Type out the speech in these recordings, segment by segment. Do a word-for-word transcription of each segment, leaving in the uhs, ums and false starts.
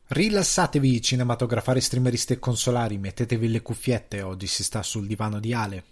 Rilassatevi, cinematografari, streameristi e consolari, mettetevi le cuffiette, oggi si sta sul divano di Ale.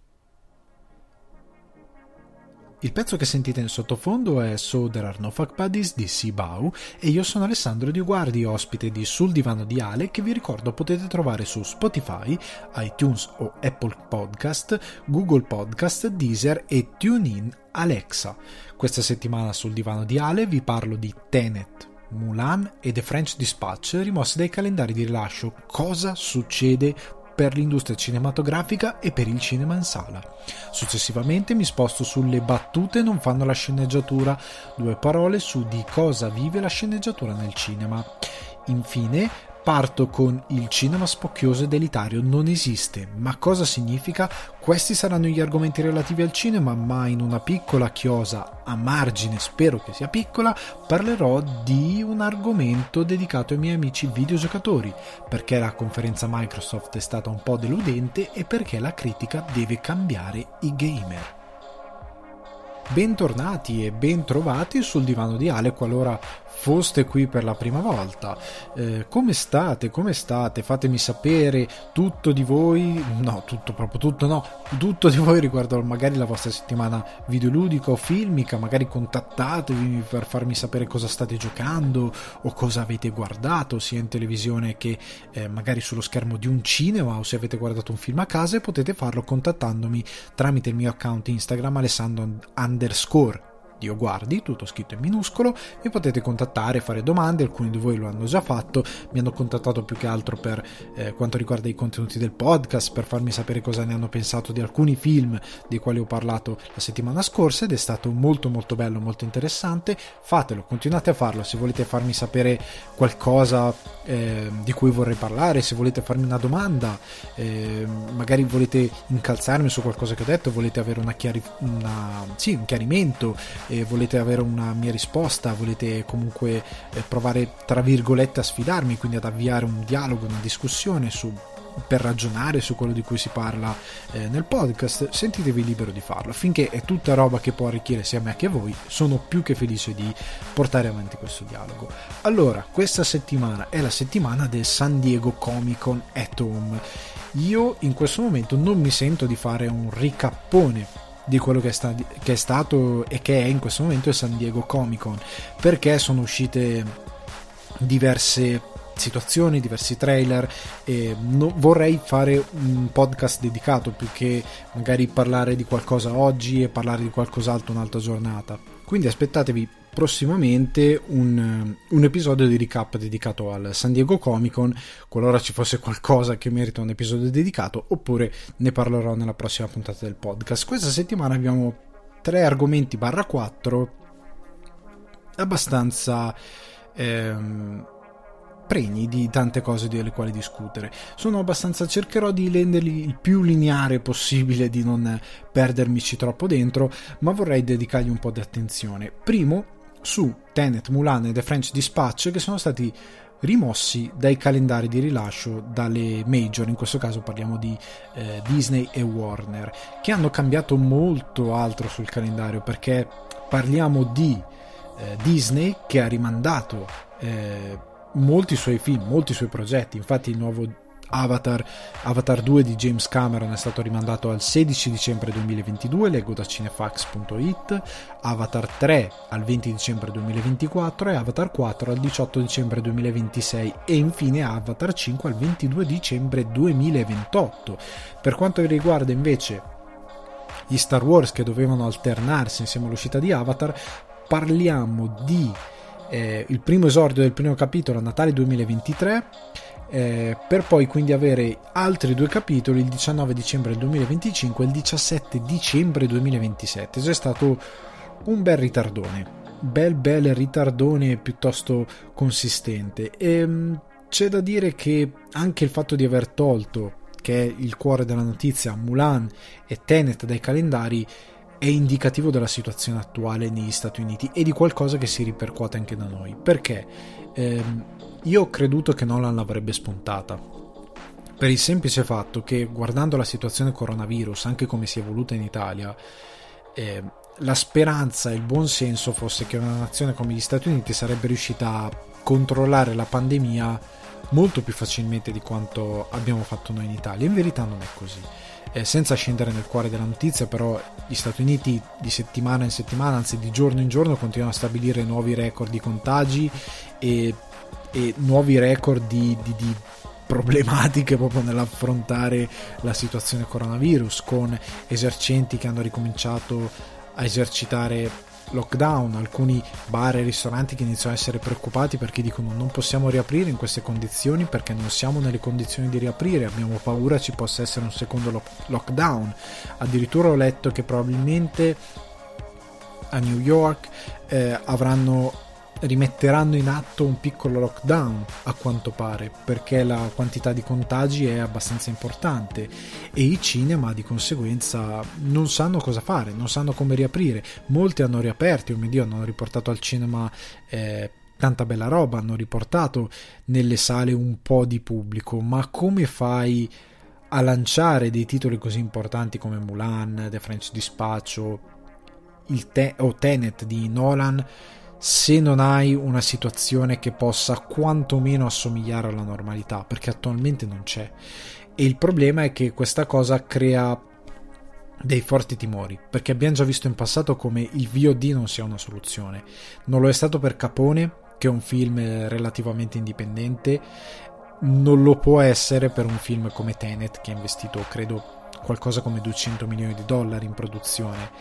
Il pezzo che sentite in sottofondo è So There Are No Fuck Buddies di Sibau e io sono Alessandro Dioguardi, ospite di Sul Divano di Ale, che vi ricordo potete trovare su Spotify, iTunes o Apple Podcast, Google Podcast, Deezer e TuneIn Alexa. Questa settimana sul Divano di Ale vi parlo di Tenet, Mulan e The French Dispatch, rimossi dai calendari di rilascio. Cosa succede per l'industria cinematografica e per il cinema in sala? Successivamente mi sposto sulle battute non fanno la sceneggiatura, due parole su di cosa vive la sceneggiatura nel cinema. Infine parto con il cinema spocchioso ed elitario non esiste. Ma cosa significa? Questi saranno gli argomenti relativi al cinema, ma in una piccola chiosa a margine, spero che sia piccola, parlerò di un argomento dedicato ai miei amici videogiocatori, perché la conferenza Microsoft è stata un po' deludente e perché la critica deve cambiare i gamer. Bentornati e bentrovati sul divano di Ale, qualora foste qui per la prima volta. Eh, come state? Come state? Fatemi sapere tutto di voi, no, tutto, proprio tutto no, tutto di voi riguardo magari la vostra settimana videoludica o filmica, magari contattatemi per farmi sapere cosa state giocando o cosa avete guardato, sia in televisione che eh, magari sullo schermo di un cinema, o se avete guardato un film a casa, e potete farlo contattandomi tramite il mio account Instagram Alessandro underscore Dioguardi, tutto scritto in minuscolo. Mi potete contattare, fare domande, alcuni di voi lo hanno già fatto, mi hanno contattato più che altro per eh, quanto riguarda i contenuti del podcast, per farmi sapere cosa ne hanno pensato di alcuni film dei quali ho parlato la settimana scorsa, ed è stato molto molto bello, molto interessante. Fatelo, continuate a farlo. Se volete farmi sapere qualcosa eh, di cui vorrei parlare, se volete farmi una domanda, eh, magari volete incalzarmi su qualcosa che ho detto, volete avere una chiari- una, sì, un chiarimento, e volete avere una mia risposta, volete comunque eh, provare tra virgolette a sfidarmi, quindi ad avviare un dialogo, una discussione su, per ragionare su quello di cui si parla eh, nel podcast, sentitevi libero di farlo. Finché è tutta roba che può arricchire sia me che voi, sono più che felice di portare avanti questo dialogo. Allora, questa settimana è la settimana del San Diego Comic Con at Home. Io in questo momento non mi sento di fare un ricappone di quello che è, sta- che è stato e che è in questo momento il San Diego Comic Con, perché sono uscite diverse situazioni, diversi trailer, e no, vorrei fare un podcast dedicato più che magari parlare di qualcosa oggi e parlare di qualcos'altro un'altra giornata. Quindi aspettatevi prossimamente un, un episodio di recap dedicato al San Diego Comic Con, qualora ci fosse qualcosa che merita un episodio dedicato, oppure ne parlerò nella prossima puntata del podcast. Questa settimana abbiamo tre argomenti barra quattro abbastanza ehm, pregni di tante cose delle quali discutere. Sono abbastanza, cercherò di renderli il più lineare possibile, di non perdermici troppo dentro, ma vorrei dedicargli un po' di attenzione. Primo su Tenet, Mulan e The French Dispatch, che sono stati rimossi dai calendari di rilascio dalle major, in questo caso parliamo di eh, Disney e Warner, che hanno cambiato molto altro sul calendario, perché parliamo di eh, Disney che ha rimandato eh, molti suoi film, molti suoi progetti. Infatti il nuovo Avatar, Avatar due di James Cameron è stato rimandato al sedici dicembre duemilaventidue, leggo da cinefax punto it, Avatar tre al venti dicembre duemilaventiquattro e Avatar quattro al diciotto dicembre duemilaventisei, e infine Avatar cinque al ventidue dicembre duemilaventotto. Per quanto riguarda invece gli Star Wars, che dovevano alternarsi insieme all'uscita di Avatar, parliamo di Eh, il primo esordio del primo capitolo a Natale duemilaventitré, eh, per poi quindi avere altri due capitoli il diciannove dicembre duemilaventicinque e il diciassette dicembre duemilaventisette. C'è stato un bel ritardone, bel bel ritardone piuttosto consistente, e mh, c'è da dire che anche il fatto di aver tolto, che è il cuore della notizia, Mulan e Tenet dai calendari è indicativo della situazione attuale negli Stati Uniti e di qualcosa che si ripercuote anche da noi, perché ehm, io ho creduto che Nolan l'avrebbe spuntata, per il semplice fatto che, guardando la situazione coronavirus, anche come si è evoluta in Italia, eh, la speranza e il buon senso fosse che una nazione come gli Stati Uniti sarebbe riuscita a controllare la pandemia molto più facilmente di quanto abbiamo fatto noi in Italia. In verità non è così. Eh, senza scendere nel cuore della notizia, però gli Stati Uniti di settimana in settimana, anzi di giorno in giorno, continuano a stabilire nuovi record di contagi e, e nuovi record di, di, di problematiche proprio nell'affrontare la situazione coronavirus, con esercenti che hanno ricominciato a esercitare lockdown, alcuni bar e ristoranti che iniziano a essere preoccupati perché dicono non possiamo riaprire in queste condizioni perché non siamo nelle condizioni di riaprire, abbiamo paura ci possa essere un secondo lo- lockdown. Addirittura ho letto che probabilmente a New York eh, avranno rimetteranno in atto un piccolo lockdown, a quanto pare, perché la quantità di contagi è abbastanza importante e i cinema di conseguenza non sanno cosa fare, non sanno come riaprire. Molti hanno riaperti, oh mio Dio, hanno riportato al cinema eh, tanta bella roba, hanno riportato nelle sale un po' di pubblico, ma come fai a lanciare dei titoli così importanti come Mulan, The French Dispatch o, il Te- o Tenet di Nolan se non hai una situazione che possa quantomeno assomigliare alla normalità, perché attualmente non c'è. E il problema è che questa cosa crea dei forti timori, perché abbiamo già visto in passato come il V O D non sia una soluzione. Non lo è stato per Capone, che è un film relativamente indipendente, non lo può essere per un film come Tenet, che ha investito credo qualcosa come duecento milioni di dollari in produzione.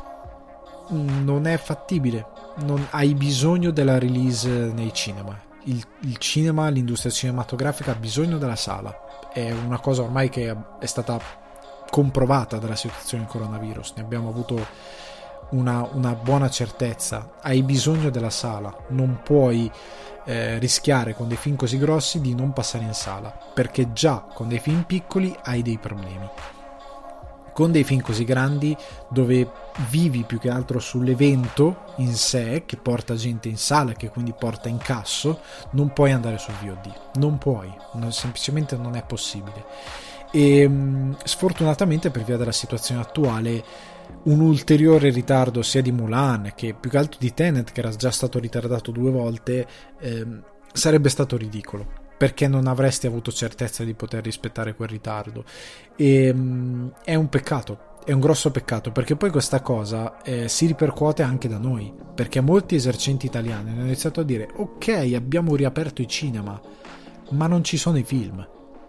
Non è fattibile, non hai bisogno della release nei cinema. Il, il cinema, l'industria cinematografica ha bisogno della sala, è una cosa ormai che è stata comprovata dalla situazione coronavirus, ne abbiamo avuto una, una buona certezza. Hai bisogno della sala, non puoi eh, rischiare con dei film così grossi di non passare in sala, perché già con dei film piccoli hai dei problemi. Con dei film così grandi, dove vivi più che altro sull'evento in sé, che porta gente in sala, che quindi porta incasso, non puoi andare sul V O D, non puoi, non, semplicemente non è possibile. E sfortunatamente, per via della situazione attuale, un ulteriore ritardo sia di Mulan che più che altro di Tenet, che era già stato ritardato due volte, ehm, sarebbe stato ridicolo, perché non avresti avuto certezza di poter rispettare quel ritardo. E um, è un peccato, è un grosso peccato, perché poi questa cosa eh, si ripercuote anche da noi, perché molti esercenti italiani hanno iniziato a dire ok, abbiamo riaperto i cinema, ma non ci sono i film,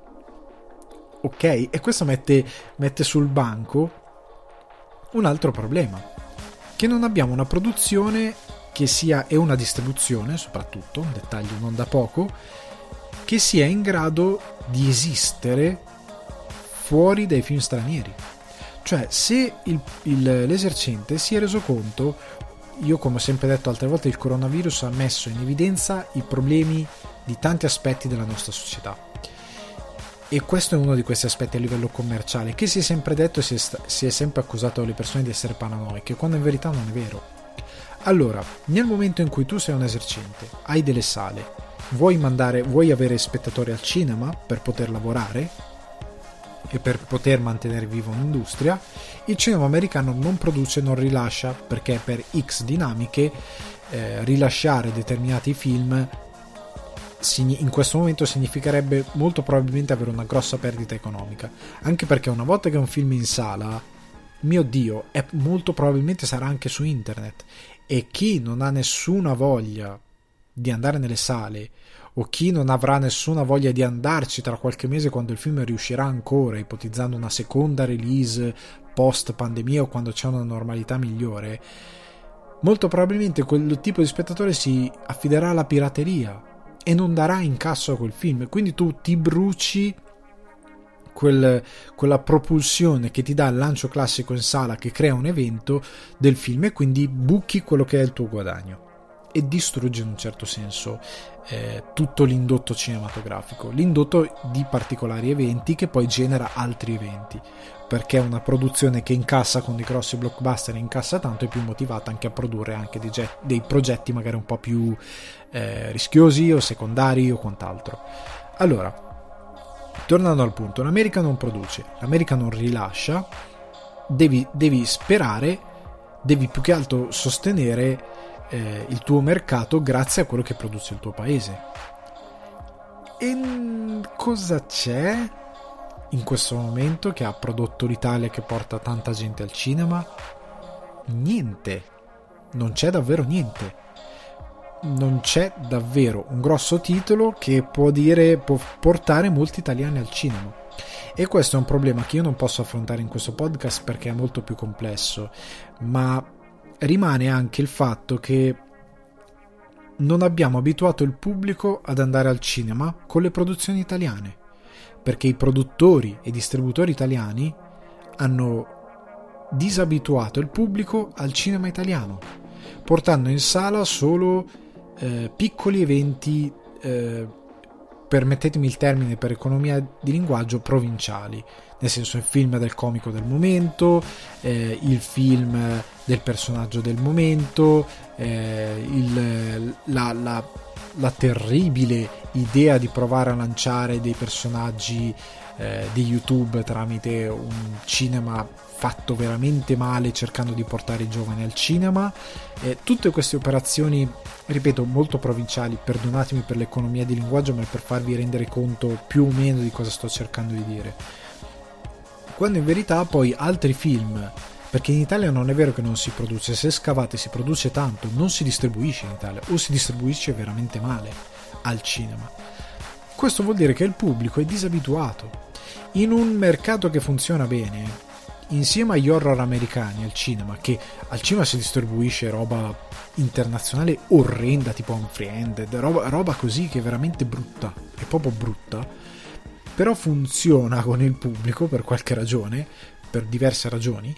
ok? E questo mette, mette sul banco un altro problema, che non abbiamo una produzione che sia, e una distribuzione soprattutto, un dettaglio non da poco, che sia in grado di esistere fuori dai film stranieri. Cioè, se il, il, l'esercente si è reso conto, io come ho sempre detto altre volte, il coronavirus ha messo in evidenza i problemi di tanti aspetti della nostra società, e questo è uno di questi aspetti a livello commerciale, che si è sempre detto e si è, si è sempre accusato le persone di essere paranoiche, quando in verità non è vero. Allora, nel momento in cui tu sei un esercente, hai delle sale, vuoi mandare, vuoi avere spettatori al cinema per poter lavorare e per poter mantenere viva un'industria, il cinema americano non produce, non rilascia, perché per X dinamiche eh, rilasciare determinati film in questo momento significherebbe molto probabilmente avere una grossa perdita economica, anche perché una volta che è un film in sala, mio Dio, è, molto probabilmente sarà anche su internet, e chi non ha nessuna voglia di andare nelle sale, o chi non avrà nessuna voglia di andarci tra qualche mese quando il film riuscirà ancora, ipotizzando una seconda release post pandemia o quando c'è una normalità migliore, molto probabilmente quel tipo di spettatore si affiderà alla pirateria e non darà incasso a quel film, quindi tu ti bruci quel, quella propulsione che ti dà il lancio classico in sala, che crea un evento del film, e quindi buchi quello che è il tuo guadagno e distrugge in un certo senso eh, tutto l'indotto cinematografico, l'indotto di particolari eventi che poi genera altri eventi, perché una produzione che incassa con dei grossi blockbuster, incassa tanto, è più motivata anche a produrre anche dei, jet, dei progetti magari un po' più eh, rischiosi o secondari o quant'altro. Allora, tornando al punto, l'America non produce, l'America non rilascia, devi, devi sperare, devi più che altro sostenere eh, il tuo mercato grazie a quello che produce il tuo paese. E cosa c'è in questo momento che ha prodotto l'Italia, che porta tanta gente al cinema? Niente, non c'è davvero niente. Non c'è davvero un grosso titolo che può dire, può portare molti italiani al cinema. E questo è un problema che io non posso affrontare in questo podcast perché è molto più complesso, ma rimane anche il fatto che non abbiamo abituato il pubblico ad andare al cinema con le produzioni italiane, perché i produttori e distributori italiani hanno disabituato il pubblico al cinema italiano, portando in sala solo eh, piccoli eventi, eh, permettetemi il termine per economia di linguaggio, provinciali, nel senso il film del comico del momento, eh, il film del personaggio del momento, eh, il, la, la, la terribile idea di provare a lanciare dei personaggi eh, di YouTube tramite un cinema fatto veramente male, cercando di portare i giovani al cinema. Eh, tutte queste operazioni, ripeto, molto provinciali, perdonatemi per l'economia di linguaggio, ma è per farvi rendere conto più o meno di cosa sto cercando di dire, quando in verità poi altri film, perché in Italia non è vero che non si produce, se scavate si produce tanto, non si distribuisce in Italia, o si distribuisce veramente male al cinema. Questo vuol dire che il pubblico è disabituato. In un mercato che funziona bene, insieme agli horror americani al cinema, che al cinema si distribuisce roba internazionale orrenda tipo Unfriended, roba, roba così che è veramente brutta, è proprio brutta, però funziona con il pubblico per qualche ragione, per diverse ragioni,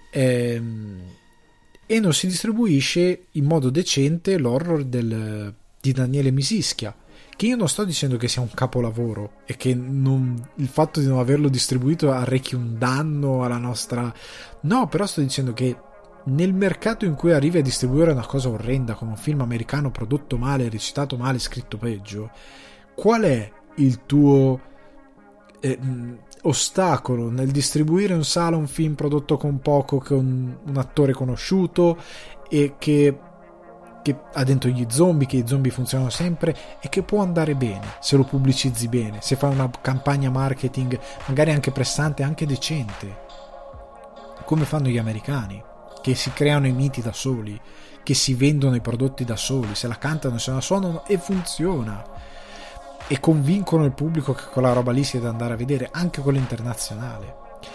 ehm, e non si distribuisce in modo decente l'horror del, di Daniele Misischia, che io non sto dicendo che sia un capolavoro e che non, il fatto di non averlo distribuito arrechi un danno alla nostra... No, però sto dicendo che nel mercato in cui arrivi a distribuire una cosa orrenda come un film americano prodotto male, recitato male, scritto peggio, qual è il tuo eh, ostacolo nel distribuire in sala un film prodotto con poco, con un attore conosciuto e che che ha dentro gli zombie, che i zombie funzionano sempre e che può andare bene se lo pubblicizzi bene, se fai una campagna marketing magari anche pressante, anche decente, come fanno gli americani, che si creano i miti da soli, che si vendono i prodotti da soli, se la cantano, se la suonano e funziona, e convincono il pubblico che quella roba lì sia da andare a vedere, anche quella internazionale.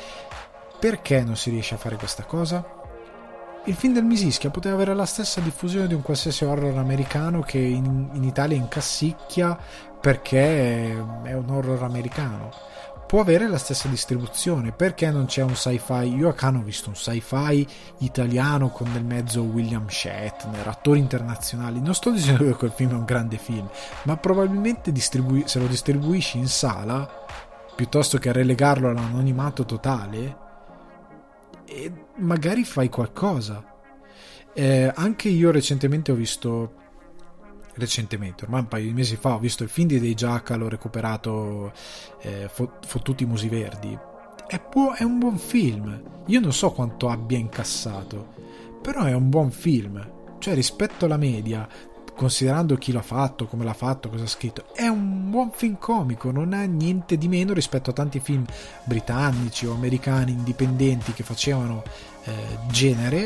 Perché non si riesce a fare questa cosa? Il film del Misischia poteva avere la stessa diffusione di un qualsiasi horror americano che in, in Italia incassicchia perché è un horror americano. Può avere la stessa distribuzione. Perché non c'è un sci-fi? Io a Cannes ho visto un sci-fi italiano con nel mezzo William Shatner, attori internazionali. Non sto dicendo che quel film è un grande film, ma probabilmente distribui- se lo distribuisci in sala, piuttosto che relegarlo all'anonimato totale, e magari fai qualcosa. Eh, anche io recentemente ho visto recentemente, ormai un paio di mesi fa, ho visto il film di Dei Giacca, l'ho recuperato, eh, Fottuti Musi Verdi. È, bu- è un buon film. Io non so quanto abbia incassato, però è un buon film, cioè rispetto alla media, considerando chi l'ha fatto, come l'ha fatto, cosa ha scritto, è un buon film comico, non ha niente di meno rispetto a tanti film britannici o americani indipendenti che facevano eh, genere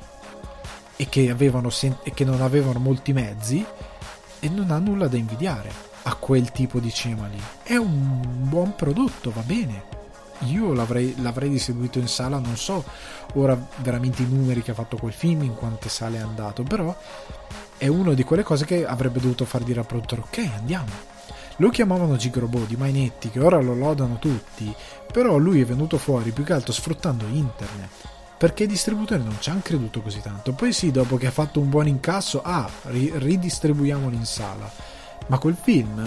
e che avevano sen- e che non avevano molti mezzi, e non ha nulla da invidiare a quel tipo di cinema lì. È un buon prodotto, va bene. Io l'avrei, l'avrei distribuito in sala, non so ora veramente i numeri che ha fatto quel film, in quante sale è andato, però è una di quelle cose che avrebbe dovuto far dire al produttore: ok, andiamo. Lo chiamavano Gigrobò di Mainetti, che ora lo lodano tutti, però lui è venuto fuori più che altro sfruttando internet, perché i distributori non ci hanno creduto così tanto. Poi sì, dopo che ha fatto un buon incasso, ah, ri- ridistribuiamolo in sala, ma quel film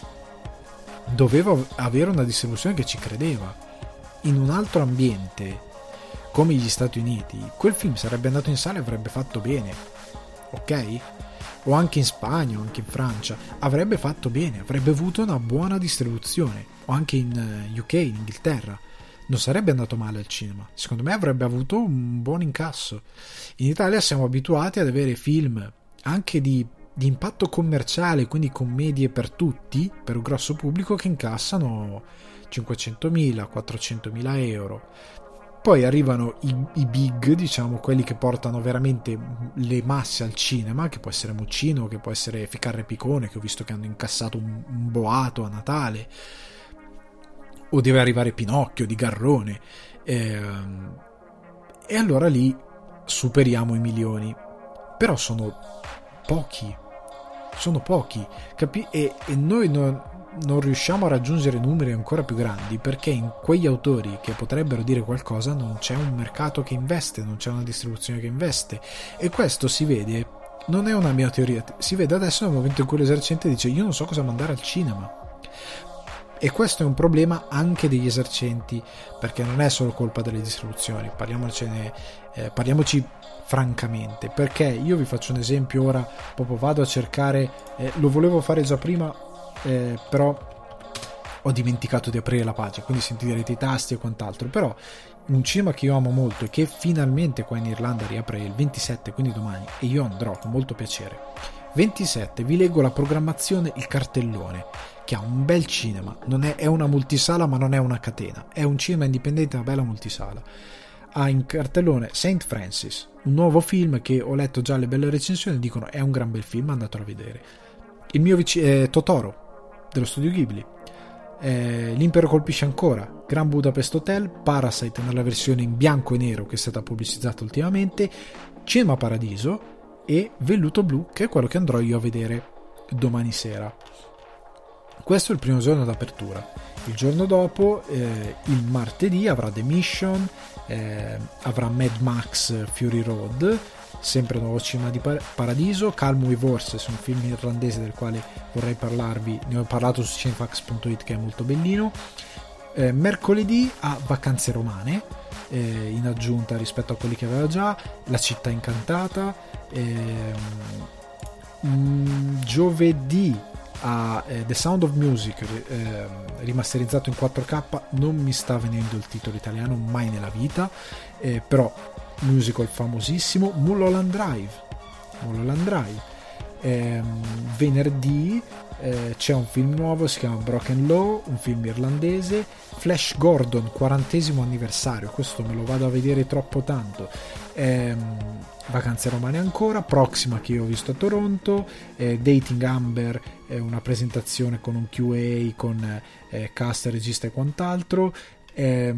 doveva avere una distribuzione che ci credeva. In un altro ambiente come gli Stati Uniti quel film sarebbe andato in sala e avrebbe fatto bene, ok? O anche in Spagna o anche in Francia avrebbe fatto bene, avrebbe avuto una buona distribuzione, o anche in U K, in Inghilterra non sarebbe andato male al cinema, secondo me avrebbe avuto un buon incasso. In Italia siamo abituati ad avere film anche di, di impatto commerciale, quindi commedie per tutti, per un grosso pubblico, che incassano cinquecentomila, quattrocentomila euro. Poi arrivano i, i big, diciamo, quelli che portano veramente le masse al cinema, che può essere Muccino, che può essere Ficarra Picone, che ho visto che hanno incassato un, un boato a Natale, o deve arrivare Pinocchio di Garrone, e, e allora lì superiamo i milioni. Però sono pochi, sono pochi, capi? E, e noi non... non riusciamo a raggiungere numeri ancora più grandi perché in quegli autori che potrebbero dire qualcosa non c'è un mercato che investe, non c'è una distribuzione che investe, e questo si vede, non è una mia teoria, si vede adesso nel momento in cui l'esercente dice io non so cosa mandare al cinema. E questo è un problema anche degli esercenti, perché non è solo colpa delle distribuzioni, parliamocene, eh, parliamoci francamente, perché io vi faccio un esempio ora, proprio vado a cercare, eh, lo volevo fare già prima, Eh, però ho dimenticato di aprire la pagina, quindi sentirete i tasti e quant'altro. Però un cinema che io amo molto e che finalmente qua in Irlanda riapre il ventisette, quindi domani, e io andrò con molto piacere. ventisette, vi leggo la programmazione, il cartellone, che ha un bel cinema, non è, è una multisala ma non è una catena, è un cinema indipendente, una bella multisala. Ha in cartellone Saint Francis, un nuovo film che ho letto già le belle recensioni, dicono è un gran bel film, andatelo a vedere. Il mio vicino eh, Totoro dello studio Ghibli, eh, L'impero colpisce ancora, Grand Budapest Hotel, Parasite nella versione in bianco e nero che è stata pubblicizzata ultimamente, Cinema Paradiso e Velluto Blu, che è quello che andrò io a vedere domani sera. Questo è il primo giorno d'apertura. Il giorno dopo, eh, il martedì, avrà The Mission, eh, avrà Mad Max Fury Road, sempre nuovo cinema di Paradiso, Calm with Horses, un film irlandese del quale vorrei parlarvi, ne ho parlato su cinefax punto it, che è molto bellino. Eh, mercoledì ha Vacanze Romane, eh, in aggiunta rispetto a quelli che aveva già, La città incantata. Eh, mh, giovedì a eh, The Sound of Music, eh, rimasterizzato in quattro K, non mi sta venendo il titolo italiano mai nella vita, eh, però musical famosissimo. Mulholland Drive, Mulholland Drive. Eh, venerdì eh, c'è un film nuovo, si chiama Broken Law, un film irlandese. Flash Gordon, quarantesimo anniversario, questo me lo vado a vedere troppo tanto. Eh, Vacanze Romane ancora, Proxima che io ho visto a Toronto, eh, Dating Amber, eh, una presentazione con un Q and A con eh, cast, regista e quant'altro. Eh,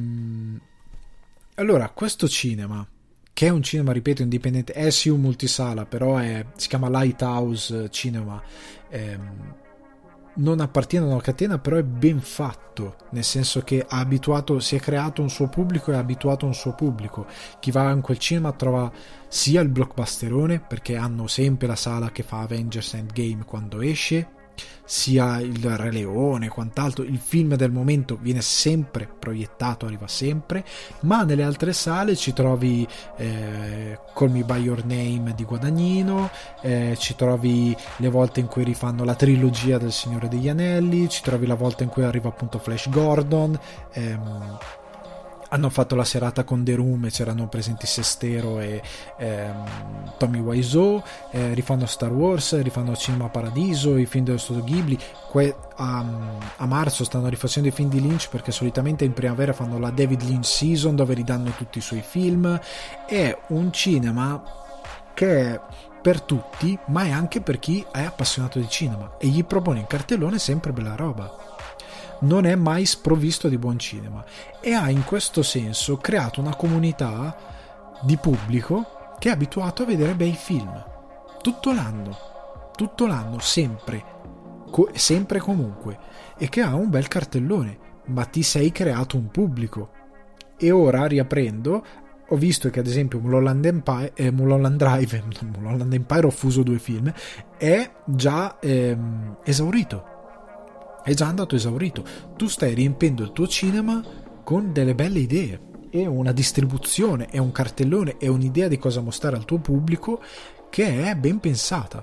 allora, questo cinema, che è un cinema, ripeto, indipendente, è sì un multisala, però è, si chiama Lighthouse Cinema, ehm, non appartiene a una catena, però è ben fatto, nel senso che ha abituato, si è creato un suo pubblico e ha abituato un suo pubblico. Chi va in quel cinema trova sia il blockbusterone, perché hanno sempre la sala che fa Avengers Endgame quando esce, sia il Re Leone e quant'altro. Il film del momento viene sempre proiettato, arriva sempre, ma nelle altre sale ci trovi eh, Call Me By Your Name di Guadagnino, eh, ci trovi le volte in cui rifanno la trilogia del Signore degli Anelli, ci trovi la volta in cui arriva appunto Flash Gordon. ehm, hanno fatto la serata con The Room e c'erano presenti Sestero e ehm, Tommy Wiseau, eh, rifanno Star Wars, rifanno Cinema Paradiso, i film dello studio Ghibli. Que- a, a marzo stanno rifacendo i film di Lynch, perché solitamente in primavera fanno la David Lynch Season dove ridanno tutti i suoi film. È un cinema che è per tutti, ma è anche per chi è appassionato di cinema e gli propone in cartellone sempre bella roba. Non è mai sprovvisto di buon cinema e ha in questo senso creato una comunità di pubblico che è abituato a vedere bei film tutto l'anno, tutto l'anno, sempre, co- sempre comunque, e che ha un bel cartellone, ma ti sei creato un pubblico. E ora, riaprendo, ho visto che ad esempio Mulholland Empire, eh, Mulholland Drive, Mulholland Empire, ho fuso due film, è già ehm, esaurito. È già andato esaurito. Tu stai riempendo il tuo cinema con delle belle idee e una distribuzione e un cartellone e un'idea di cosa mostrare al tuo pubblico che è ben pensata,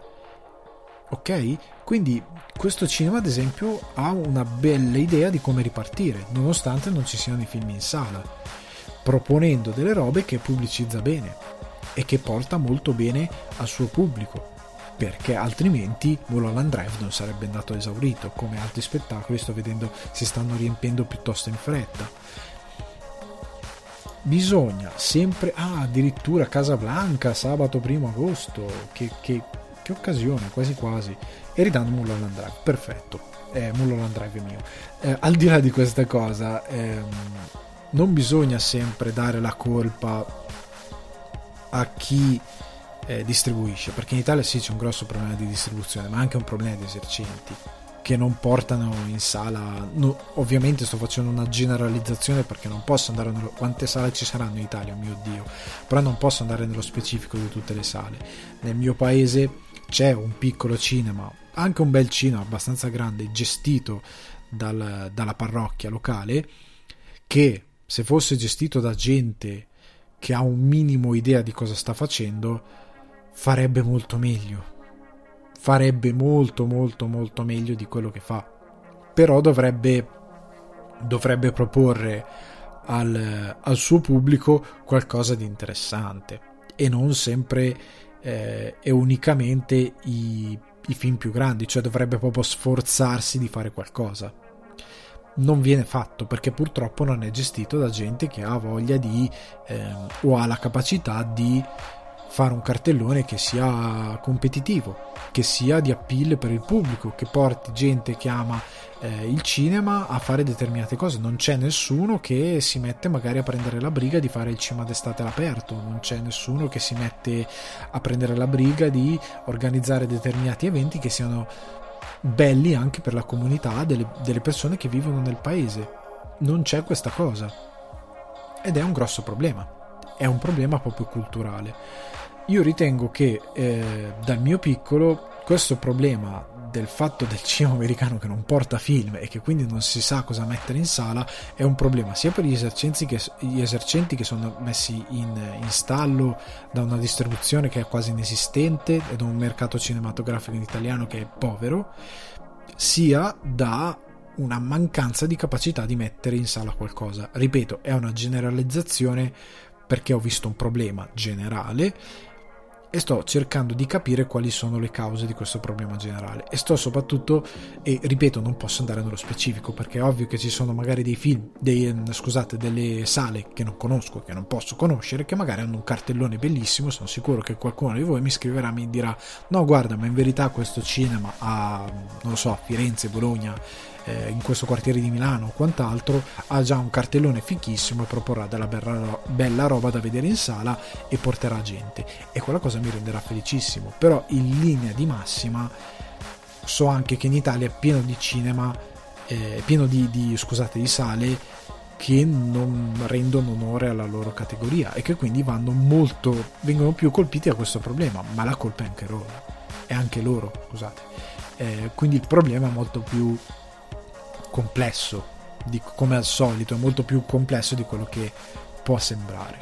ok? Quindi questo cinema ad esempio ha una bella idea di come ripartire, nonostante non ci siano i film in sala, proponendo delle robe che pubblicizza bene e che porta molto bene al suo pubblico. perché altrimenti Mulholland Drive non sarebbe andato esaurito, come altri spettacoli sto vedendo si stanno riempiendo piuttosto in fretta. Bisogna sempre, ah, addirittura Casablanca sabato primo agosto, che, che, che occasione, quasi quasi, e ridando Mulholland Drive, perfetto, eh, Mulholland Drive è mio. Eh, al di là di questa cosa, ehm, non bisogna sempre dare la colpa a chi eh, distribuisce, perché in Italia sì c'è un grosso problema di distribuzione, ma anche un problema di esercenti che non portano in sala, no, ovviamente sto facendo una generalizzazione perché non posso andare nello, quante sale ci saranno in Italia, mio Dio, però non posso andare nello specifico di tutte le sale. Nel mio paese c'è un piccolo cinema, anche un bel cinema abbastanza grande, gestito dal, dalla parrocchia locale, che se fosse gestito da gente che ha un minimo idea di cosa sta facendo farebbe molto meglio, farebbe molto molto molto meglio di quello che fa, però dovrebbe dovrebbe proporre al, al suo pubblico qualcosa di interessante e non sempre eh, e unicamente i, i film più grandi, cioè dovrebbe proprio sforzarsi di fare qualcosa. Non viene fatto perché purtroppo non è gestito da gente che ha voglia di eh, o ha la capacità di fare un cartellone che sia competitivo, che sia di appeal per il pubblico, che porti gente che ama eh, il cinema a fare determinate cose. Non c'è nessuno che si mette magari a prendere la briga di fare il cinema d'estate all'aperto, non c'è nessuno che si mette a prendere la briga di organizzare determinati eventi che siano belli anche per la comunità delle, delle persone che vivono nel paese. Non c'è questa cosa ed è un grosso problema, è un problema proprio culturale. Io ritengo che eh, dal mio piccolo questo problema del fatto del cinema americano che non porta film e che quindi non si sa cosa mettere in sala è un problema sia per gli esercenti che, gli esercenti che sono messi in, in stallo da una distribuzione che è quasi inesistente e da un mercato cinematografico in italiano che è povero, sia da una mancanza di capacità di mettere in sala qualcosa. Ripeto, è una generalizzazione perché ho visto un problema generale e sto cercando di capire quali sono le cause di questo problema generale e sto soprattutto, e ripeto, non posso andare nello specifico perché è ovvio che ci sono magari dei film, dei, scusate, delle sale che non conosco, che non posso conoscere, che magari hanno un cartellone bellissimo. Sono sicuro che qualcuno di voi mi scriverà e mi dirà no guarda, ma in verità questo cinema a, non lo so, a Firenze, Bologna, eh, in questo quartiere di Milano o quant'altro ha già un cartellone fichissimo e proporrà della bella, bella roba da vedere in sala e porterà gente, e quella cosa mi renderà felicissimo. Però in linea di massima so anche che in Italia è pieno di cinema, eh, pieno di, di scusate di sale che non rendono onore alla loro categoria e che quindi vanno molto vengono più colpiti da questo problema, ma la colpa è anche loro, è anche loro scusate eh, quindi il problema è molto più complesso di, come al solito è molto più complesso di quello che può sembrare.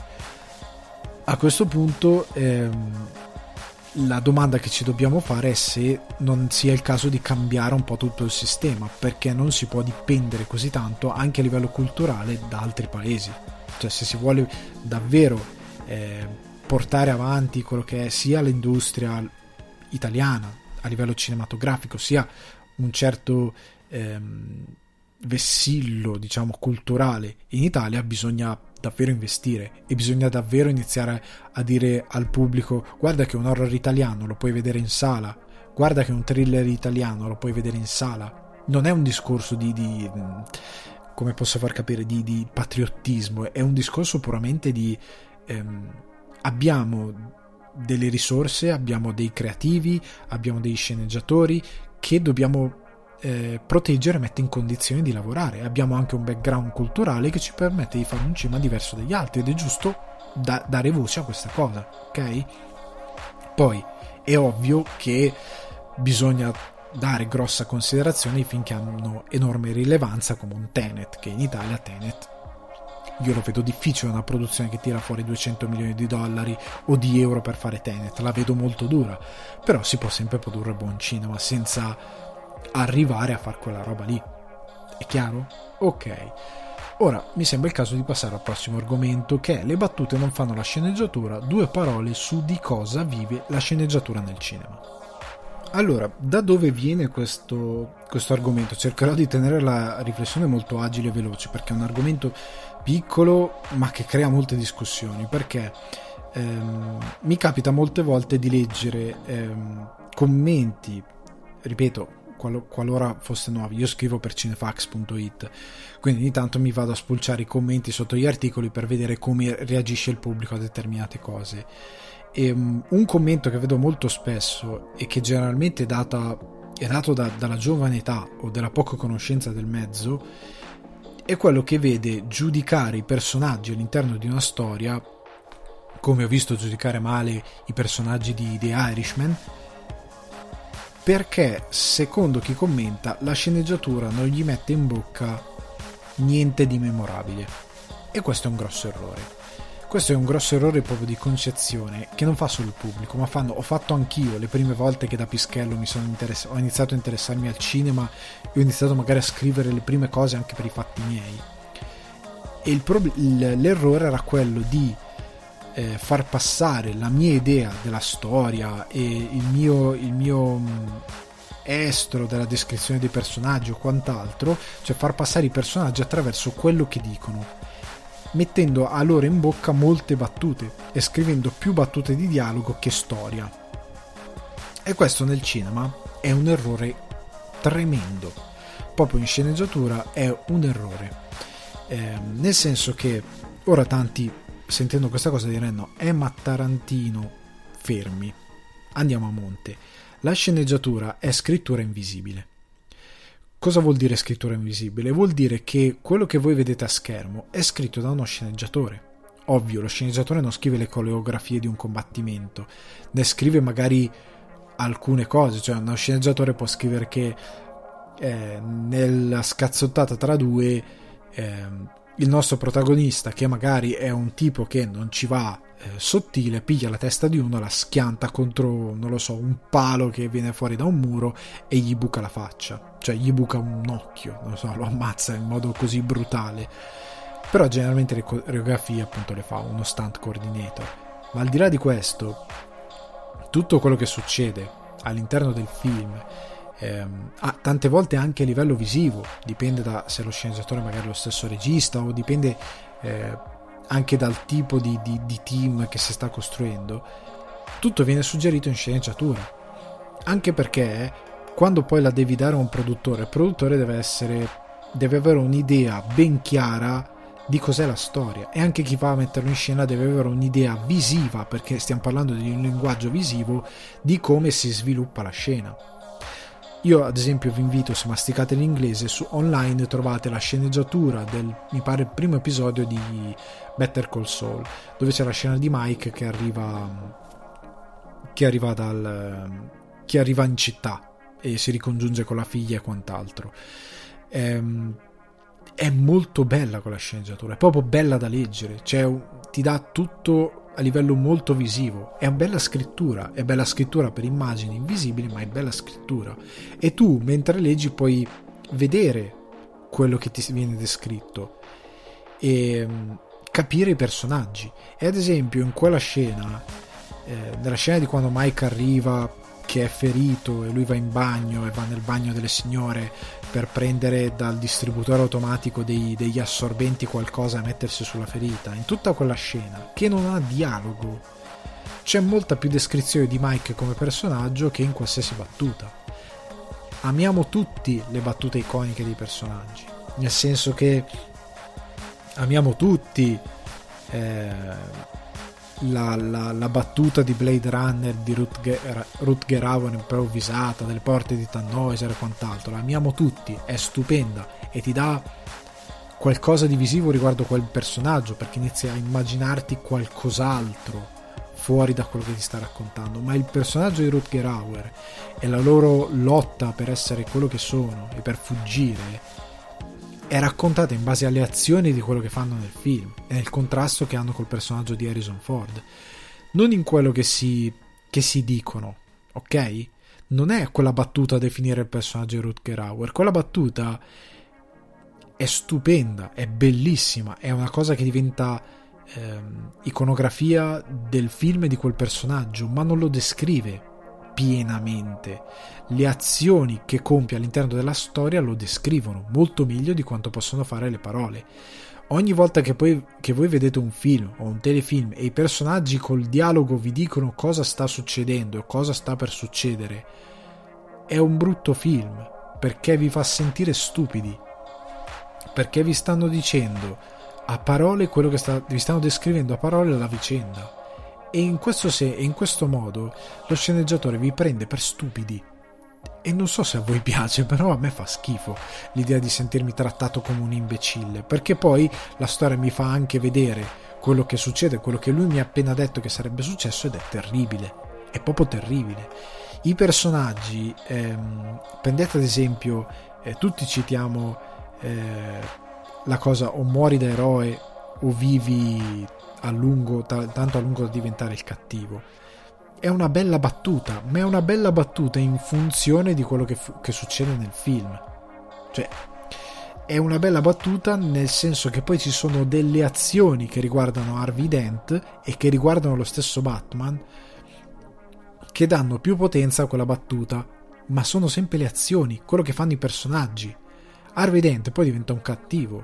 A questo punto ehm, la domanda che ci dobbiamo fare è se non sia il caso di cambiare un po' tutto il sistema, perché non si può dipendere così tanto anche a livello culturale da altri paesi. Cioè se si vuole davvero eh, portare avanti quello che è sia l'industria italiana a livello cinematografico sia un certo ehm, vessillo diciamo culturale in Italia, bisogna davvero investire e bisogna davvero iniziare a dire al pubblico guarda che un horror italiano lo puoi vedere in sala, guarda che un thriller italiano lo puoi vedere in sala. Non è un discorso di, di come posso far capire di, di patriottismo, è un discorso puramente di ehm, abbiamo delle risorse, abbiamo dei creativi, abbiamo dei sceneggiatori che dobbiamo Eh, proteggere e mette in condizioni di lavorare. Abbiamo anche un background culturale che ci permette di fare un cinema diverso dagli altri ed è giusto da- dare voce a questa cosa, ok? Poi è ovvio che bisogna dare grossa considerazione ai film che hanno enorme rilevanza come un Tenet, che in Italia Tenet io lo vedo difficile, una produzione che tira fuori duecento milioni di dollari o di euro per fare Tenet, la vedo molto dura, però si può sempre produrre buon cinema senza arrivare a far quella roba lì. È chiaro? Ok. Ora mi sembra il caso di passare al prossimo argomento, che è le battute non fanno la sceneggiatura, due parole su di cosa vive la sceneggiatura nel cinema. Allora, da dove viene questo, questo argomento? Cercherò di tenere la riflessione molto agile e veloce, perché è un argomento piccolo ma che crea molte discussioni, perché ehm, mi capita molte volte di leggere ehm, commenti, ripeto, qual- qualora foste nuovi, io scrivo per cinefax punto it, quindi ogni tanto mi vado a spulciare i commenti sotto gli articoli per vedere come reagisce il pubblico a determinate cose. E, um, un commento che vedo molto spesso e che generalmente è, data, è dato da, dalla giovane età o della poca conoscenza del mezzo è quello che vede giudicare i personaggi all'interno di una storia, come ho visto giudicare male i personaggi di The Irishman, perché secondo chi commenta la sceneggiatura non gli mette in bocca niente di memorabile, e questo è un grosso errore. Questo è un grosso errore proprio di concezione che non fa solo il pubblico, ma fanno, ho fatto anch'io le prime volte che da pischello mi sono interess- ho iniziato a interessarmi al cinema e ho iniziato magari a scrivere le prime cose anche per i fatti miei. E il prob- il, l'errore era quello di eh, far passare la mia idea della storia e il mio, il mio mh, estro della descrizione dei personaggi o quant'altro, cioè far passare i personaggi attraverso quello che dicono, mettendo a loro in bocca molte battute e scrivendo più battute di dialogo che storia. E questo nel cinema è un errore tremendo, proprio in sceneggiatura è un errore, eh, nel senso che ora tanti sentendo questa cosa diranno eh ma Tarantino, fermi, andiamo a monte, la sceneggiatura è scrittura invisibile. Cosa vuol dire scrittura invisibile? Vuol dire che quello che voi vedete a schermo è scritto da uno sceneggiatore. Ovvio, lo sceneggiatore non scrive le coreografie di un combattimento, ne scrive magari alcune cose, cioè uno sceneggiatore può scrivere che eh, nella scazzottata tra due eh, il nostro protagonista, che magari è un tipo che non ci va eh, sottile, piglia la testa di uno, la schianta contro, non lo so, un palo che viene fuori da un muro e gli buca la faccia, cioè gli buca un occhio, non lo so, lo ammazza in modo così brutale. Però generalmente le coreografie appunto le fa uno stunt coordinator. Ma al di là di questo, tutto quello che succede all'interno del film, ehm, ah, tante volte anche a livello visivo, dipende da se lo sceneggiatore magari è lo stesso regista o dipende eh, anche dal tipo di, di, di team che si sta costruendo, tutto viene suggerito in sceneggiatura, anche perché quando poi la devi dare a un produttore, il produttore deve essere deve avere un'idea ben chiara di cos'è la storia, e anche chi va a metterlo in scena deve avere un'idea visiva, perché stiamo parlando di un linguaggio visivo, di come si sviluppa la scena. Io ad esempio vi invito, se masticate l'inglese, su online trovate la sceneggiatura del, mi pare, il primo episodio di Better Call Saul, dove c'è la scena di Mike che arriva che arriva dal che arriva in città e si ricongiunge con la figlia e quant'altro. Ehm, è molto bella quella sceneggiatura, è proprio bella da leggere, cioè ti dà tutto a livello molto visivo, è una bella scrittura, è bella scrittura per immagini invisibili, ma è bella scrittura, e tu mentre leggi puoi vedere quello che ti viene descritto e capire i personaggi. E ad esempio in quella scena, eh, nella scena di quando Mike arriva che è ferito e lui va in bagno e va nel bagno delle signore per prendere dal distributore automatico dei, degli assorbenti qualcosa e mettersi sulla ferita, in tutta quella scena che non ha dialogo c'è molta più descrizione di Mike come personaggio che in qualsiasi battuta. Amiamo tutti le battute iconiche dei personaggi, nel senso che amiamo tutti eh, La, la, la battuta di Blade Runner di Rutger, Rutger Hauer improvvisata, delle porte di Tannhäuser e quant'altro, la amiamo tutti, è stupenda e ti dà qualcosa di visivo riguardo quel personaggio, perché inizi a immaginarti qualcos'altro fuori da quello che ti sta raccontando. Ma il personaggio di Rutger Hauer e la loro lotta per essere quello che sono e per fuggire è raccontata in base alle azioni di quello che fanno nel film e nel contrasto che hanno col personaggio di Harrison Ford, non in quello che si, che si dicono, ok? Non è quella battuta a definire il personaggio di Rutger Hauer, quella battuta è stupenda, è bellissima, è una cosa che diventa ehm, iconografia del film e di quel personaggio, ma non lo descrive pienamente. Le azioni che compie all'interno della storia lo descrivono molto meglio di quanto possono fare le parole. Ogni volta che, poi, che voi vedete un film o un telefilm e i personaggi col dialogo vi dicono cosa sta succedendo e cosa sta per succedere, è un brutto film, perché vi fa sentire stupidi, perché vi stanno dicendo a parole quello che sta, vi stanno descrivendo a parole la vicenda, e in questo, se, in questo modo lo sceneggiatore vi prende per stupidi. E non so se a voi piace, però a me fa schifo l'idea di sentirmi trattato come un imbecille, perché poi la storia mi fa anche vedere quello che succede, quello che lui mi ha appena detto che sarebbe successo, ed è terribile, è proprio terribile. I personaggi, ehm, prendete ad esempio, eh, tutti citiamo eh, la cosa o muori da eroe o vivi a lungo, t- tanto a lungo da diventare il cattivo. È una bella battuta, ma è una bella battuta in funzione di quello che, fu- che succede nel film. Cioè, è una bella battuta nel senso che poi ci sono delle azioni che riguardano Harvey Dent e che riguardano lo stesso Batman, che danno più potenza a quella battuta, ma sono sempre le azioni, quello che fanno i personaggi. Harvey Dent poi diventa un cattivo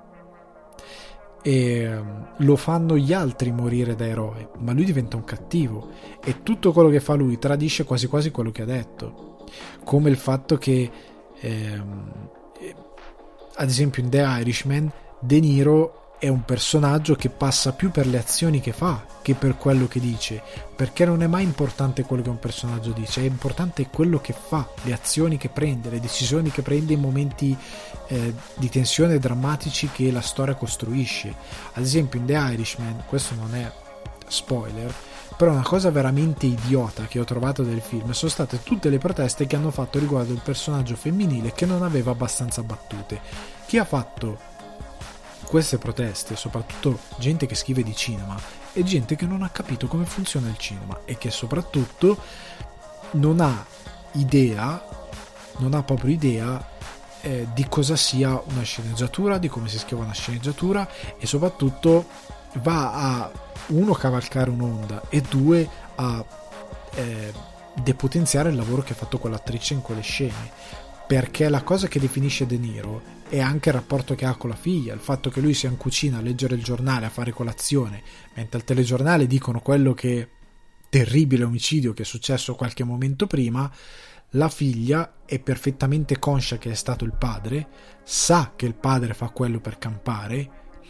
e lo fanno gli altri morire da eroe, ma lui diventa un cattivo, e tutto quello che fa lui tradisce quasi quasi quello che ha detto, come il fatto che ehm, ad esempio in The Irishman De Niro è un personaggio che passa più per le azioni che fa che per quello che dice, perché non è mai importante quello che un personaggio dice, è importante quello che fa, le azioni che prende, le decisioni che prende in momenti eh, di tensione drammatici che la storia costruisce. Ad esempio in The Irishman, questo non è spoiler, però una cosa veramente idiota che ho trovato del film sono state tutte le proteste che hanno fatto riguardo il personaggio femminile che non aveva abbastanza battute. Chi ha fatto queste proteste, soprattutto gente che scrive di cinema, e gente che non ha capito come funziona il cinema e che soprattutto non ha idea, non ha proprio idea eh, di cosa sia una sceneggiatura, di come si scrive una sceneggiatura, e soprattutto va a uno cavalcare un'onda e due a eh, depotenziare il lavoro che ha fatto quell'attrice in quelle scene, perché la cosa che definisce De Niro è anche il rapporto che ha con la figlia, il fatto che lui sia in cucina a leggere il giornale, a fare colazione, mentre al telegiornale dicono quello che terribile omicidio che è successo qualche momento prima. La figlia è perfettamente conscia che è stato il padre, sa che il padre fa quello per campare,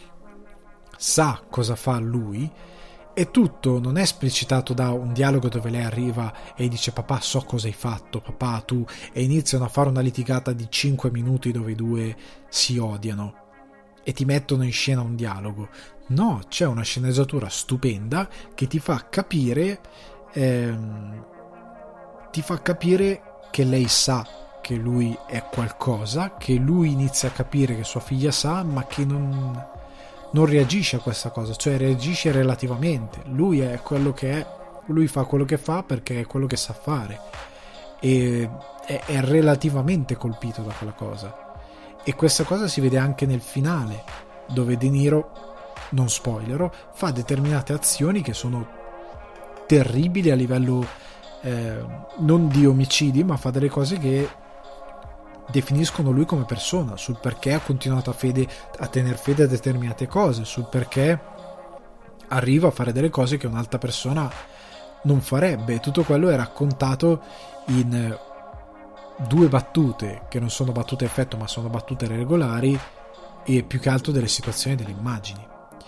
sa cosa fa lui, e tutto non è esplicitato da un dialogo dove lei arriva e dice papà so cosa hai fatto, papà tu, e iniziano a fare una litigata di cinque minuti dove i due si odiano e ti mettono in scena un dialogo. No, c'è una sceneggiatura stupenda che ti fa capire ehm, ti fa capire che lei sa che lui è qualcosa, che lui inizia a capire che sua figlia sa, ma che non non reagisce a questa cosa, cioè reagisce relativamente. Lui è quello che è, lui fa quello che fa perché è quello che sa fare, e è, è relativamente colpito da quella cosa, e questa cosa si vede anche nel finale, dove De Niro, non spoilerò, fa determinate azioni che sono terribili a livello eh, non di omicidi, ma fa delle cose che definiscono lui come persona, sul perché ha continuato a, fede, a tener fede a determinate cose, sul perché arriva a fare delle cose che un'altra persona non farebbe. Tutto quello è raccontato in due battute che non sono battute a effetto ma sono battute regolari, e più che altro delle situazioni, delle immagini.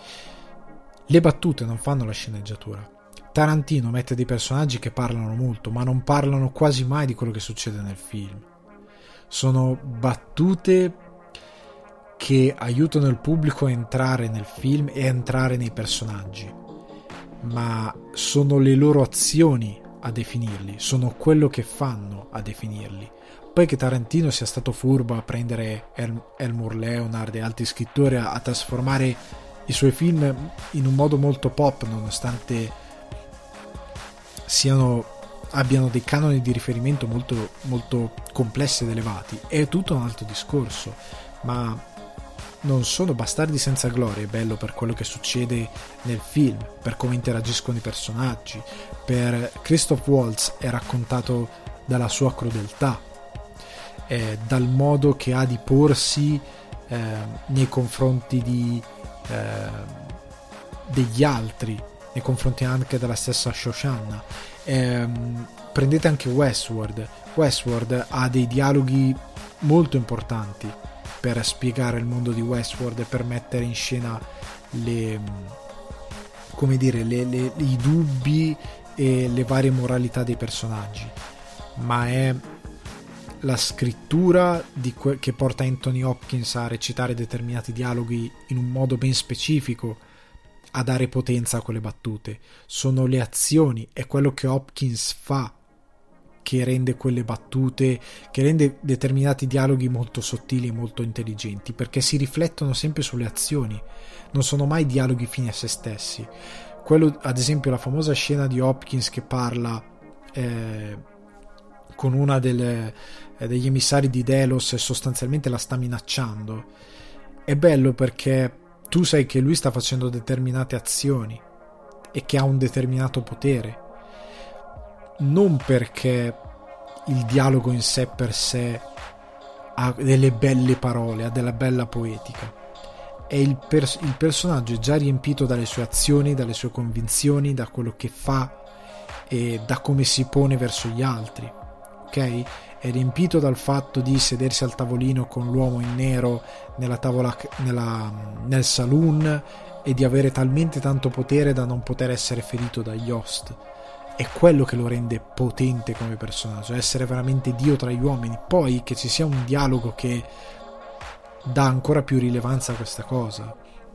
Le battute non fanno la sceneggiatura. Tarantino mette dei personaggi che parlano molto ma non parlano quasi mai di quello che succede nel film. Sono battute che aiutano il pubblico a entrare nel film e a entrare nei personaggi, ma sono le loro azioni a definirli, sono quello che fanno a definirli. Poi che Tarantino sia stato furbo a prendere El- Elmore Leonard e altri scrittori a, a trasformare i suoi film in un modo molto pop, nonostante siano abbiano dei canoni di riferimento molto, molto complessi ed elevati, è tutto un altro discorso. Ma non sono bastardi senza gloria. È bello per quello che succede nel film, per come interagiscono i personaggi. Per Christoph Waltz è raccontato dalla sua crudeltà, eh, dal modo che ha di porsi eh, nei confronti di eh, degli altri, nei confronti anche della stessa Shosanna. Eh, prendete anche Westworld. Westworld ha dei dialoghi molto importanti per spiegare il mondo di Westworld e per mettere in scena le, come dire, le, le, i dubbi e le varie moralità dei personaggi, ma è la scrittura di que- che porta Anthony Hopkins a recitare determinati dialoghi in un modo ben specifico, a dare potenza a quelle battute. Sono le azioni, è quello che Hopkins fa che rende quelle battute, che rende determinati dialoghi molto sottili e molto intelligenti, perché si riflettono sempre sulle azioni, non sono mai dialoghi fini a se stessi. Quello, ad esempio, la famosa scena di Hopkins che parla eh, con una delle, eh, degli emissari di Delos e sostanzialmente la sta minacciando, è bello perché tu sai che lui sta facendo determinate azioni e che ha un determinato potere, non perché il dialogo in sé per sé ha delle belle parole, ha della bella poetica, è il, pers- il personaggio è già riempito dalle sue azioni, dalle sue convinzioni, da quello che fa e da come si pone verso gli altri, ok? È riempito dal fatto di sedersi al tavolino con l'uomo in nero nella tavola, nella, nel saloon, e di avere talmente tanto potere da non poter essere ferito dagli host. È quello che lo rende potente come personaggio, essere veramente Dio tra gli uomini. Poi che ci sia un dialogo che dà ancora più rilevanza a questa cosa,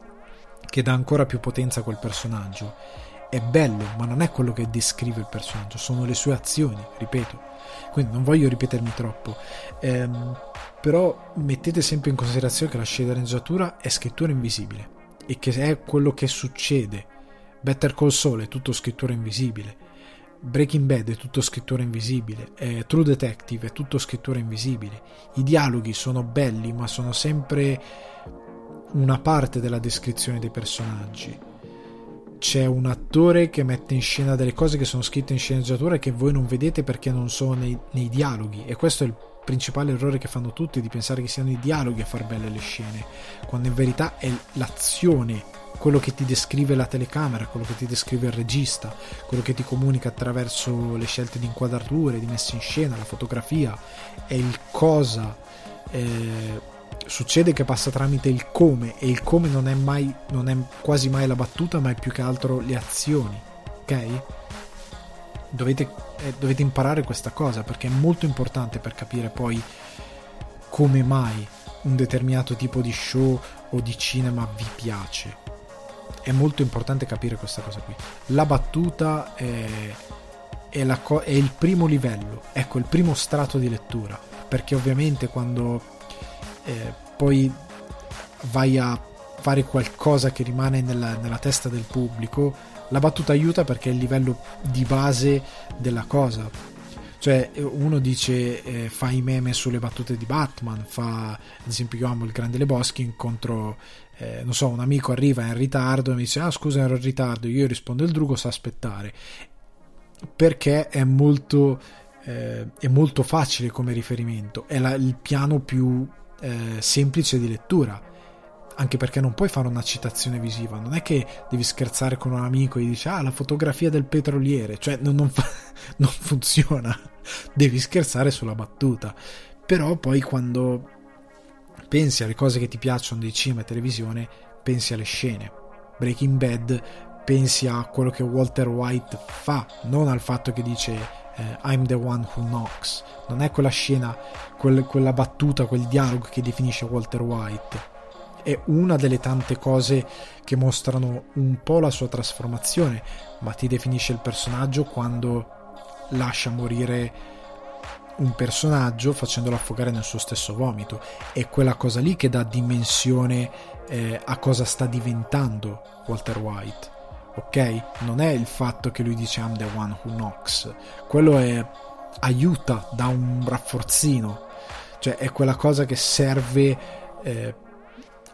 che dà ancora più potenza a quel personaggio, è bello, ma non è quello che descrive il personaggio, sono le sue azioni, ripeto. Quindi non voglio ripetermi troppo, ehm, però mettete sempre in considerazione che la sceneggiatura è scrittura invisibile e che è quello che succede. Better Call Saul è tutto scrittura invisibile, Breaking Bad è tutto scrittura invisibile, eh, True Detective è tutto scrittura invisibile. I dialoghi sono belli, ma sono sempre una parte della descrizione dei personaggi. C'è un attore che mette in scena delle cose che sono scritte in sceneggiatura e che voi non vedete perché non sono nei, nei dialoghi, e questo è il principale errore che fanno tutti, di pensare che siano i dialoghi a far belle le scene, quando in verità è l'azione, quello che ti descrive la telecamera, quello che ti descrive il regista, quello che ti comunica attraverso le scelte di inquadrature, di messa in scena, la fotografia, è il cosa eh, succede che passa tramite il come, e il come non è mai, non è quasi mai la battuta, ma è più che altro le azioni, ok? Dovete, eh, dovete imparare questa cosa, perché è molto importante per capire poi come mai un determinato tipo di show o di cinema vi piace. È molto importante capire questa cosa qui. La battuta è, è, la co- è il primo livello, ecco, il primo strato di lettura, perché ovviamente quando eh, poi vai a fare qualcosa che rimane nella, nella testa del pubblico, la battuta aiuta perché è il livello di base della cosa. Cioè uno dice eh, fa i meme sulle battute di Batman, fa, ad esempio, io amo il Grande Lebowski, incontro eh, non so, un amico arriva in ritardo e mi dice ah scusa ero in ritardo, io rispondo il drugo sa aspettare, perché è molto eh, è molto facile come riferimento, è la, il piano più eh, semplice di lettura, anche perché non puoi fare una citazione visiva, non è che devi scherzare con un amico e gli dici ah la fotografia del petroliere, cioè non, non, fa, non funziona, devi scherzare sulla battuta. Però poi quando pensi alle cose che ti piacciono di cinema e televisione, pensi alle scene. Breaking Bad, pensi a quello che Walter White fa, non al fatto che dice eh, I'm the one who knocks. Non è quella scena, quel, quella battuta, quel dialogo che definisce Walter White, è una delle tante cose che mostrano un po' la sua trasformazione, ma ti definisce il personaggio quando lascia morire un personaggio facendolo affogare nel suo stesso vomito. È quella cosa lì che dà dimensione eh, a cosa sta diventando Walter White, ok? Non è il fatto che lui dice I'm the one who knocks, quello è aiuta, dà un rafforzino, cioè è quella cosa che serve eh,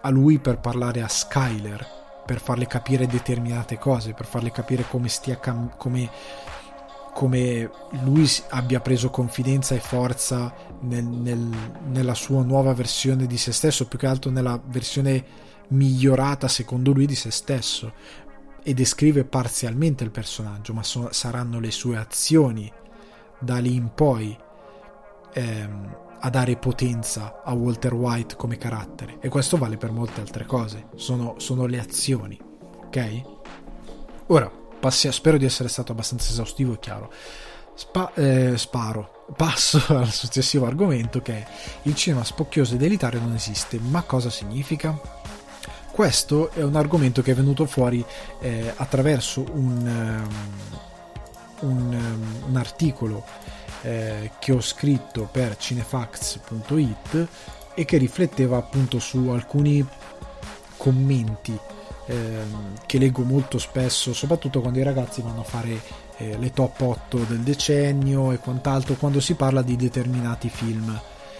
a lui per parlare a Skyler, per farle capire determinate cose, per farle capire come stia cam- come, come lui abbia preso confidenza e forza nel, nel, nella sua nuova versione di se stesso, più che altro nella versione migliorata secondo lui di se stesso, e descrive parzialmente il personaggio, ma so- saranno le sue azioni da lì in poi ehm, a dare potenza a Walter White come carattere, e questo vale per molte altre cose, sono, sono le azioni, ok? Ora passi, spero di essere stato abbastanza esaustivo e chiaro. Spa, eh, sparo passo al successivo argomento, che è: il cinema spocchioso ed elitario non esiste. Ma cosa significa? Questo è un argomento che è venuto fuori eh, attraverso un, um, un, um, un articolo Eh, che ho scritto per cinefacts punto it e che rifletteva appunto su alcuni commenti eh, che leggo molto spesso, soprattutto quando i ragazzi vanno a fare eh, le top otto del decennio e quant'altro, quando si parla di determinati film.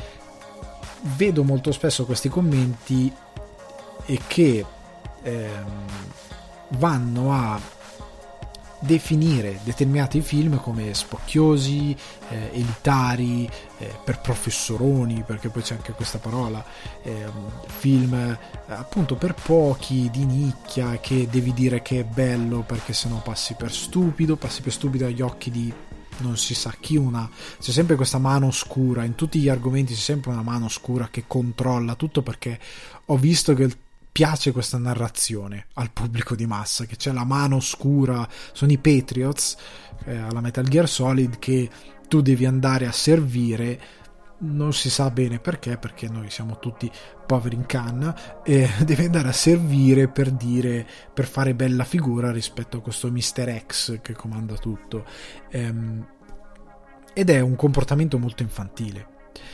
Vedo molto spesso questi commenti e che ehm, vanno a definire determinati film come spocchiosi, eh, elitari, eh, per professoroni, perché poi c'è anche questa parola, eh, film eh, appunto per pochi, di nicchia, che devi dire che è bello perché sennò passi per stupido, passi per stupido agli occhi di non si sa chi. Una c'è sempre questa mano oscura in tutti gli argomenti, c'è sempre una mano oscura che controlla tutto, perché ho visto che il piace questa narrazione al pubblico di massa, che c'è la mano oscura, sono i Patriots eh, alla Metal Gear Solid, che tu devi andare a servire, non si sa bene perché, perché noi siamo tutti poveri in canna, e devi andare a servire per dire, per fare bella figura rispetto a questo mister X che comanda tutto, ehm, ed è un comportamento molto infantile.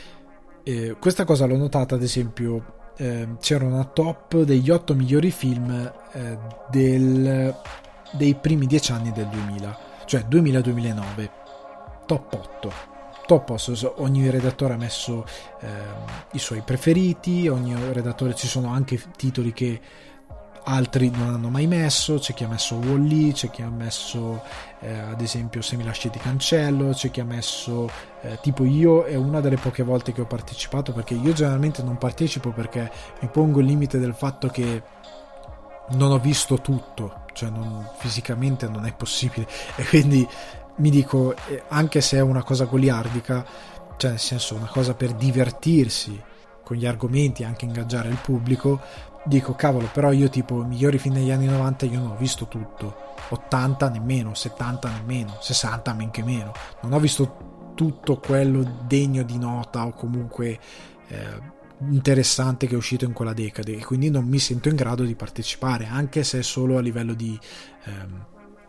Eh, questa cosa l'ho notata ad esempio. Eh, c'era una top degli otto migliori film eh, del, dei primi dieci anni del duemila, cioè duemila duemilanove, top otto, top otto. Ogni redattore ha messo eh, i suoi preferiti, ogni redattore, ci sono anche titoli che altri non hanno mai messo, c'è chi ha messo Wall-E, c'è chi ha messo eh, ad esempio Se mi lasci ti cancello, c'è chi ha messo eh, tipo io, è una delle poche volte che ho partecipato, perché io generalmente non partecipo perché mi pongo il limite del fatto che non ho visto tutto, cioè non, fisicamente non è possibile, e quindi mi dico, eh, anche se è una cosa goliardica, cioè nel senso una cosa per divertirsi con gli argomenti, anche ingaggiare il pubblico, dico cavolo, però io tipo i migliori film degli anni novanta io non ho visto tutto, ottanta nemmeno, settanta nemmeno, sessanta men che meno, non ho visto tutto quello degno di nota o comunque eh, interessante che è uscito in quella decade, e quindi non mi sento in grado di partecipare, anche se è solo a livello di ehm,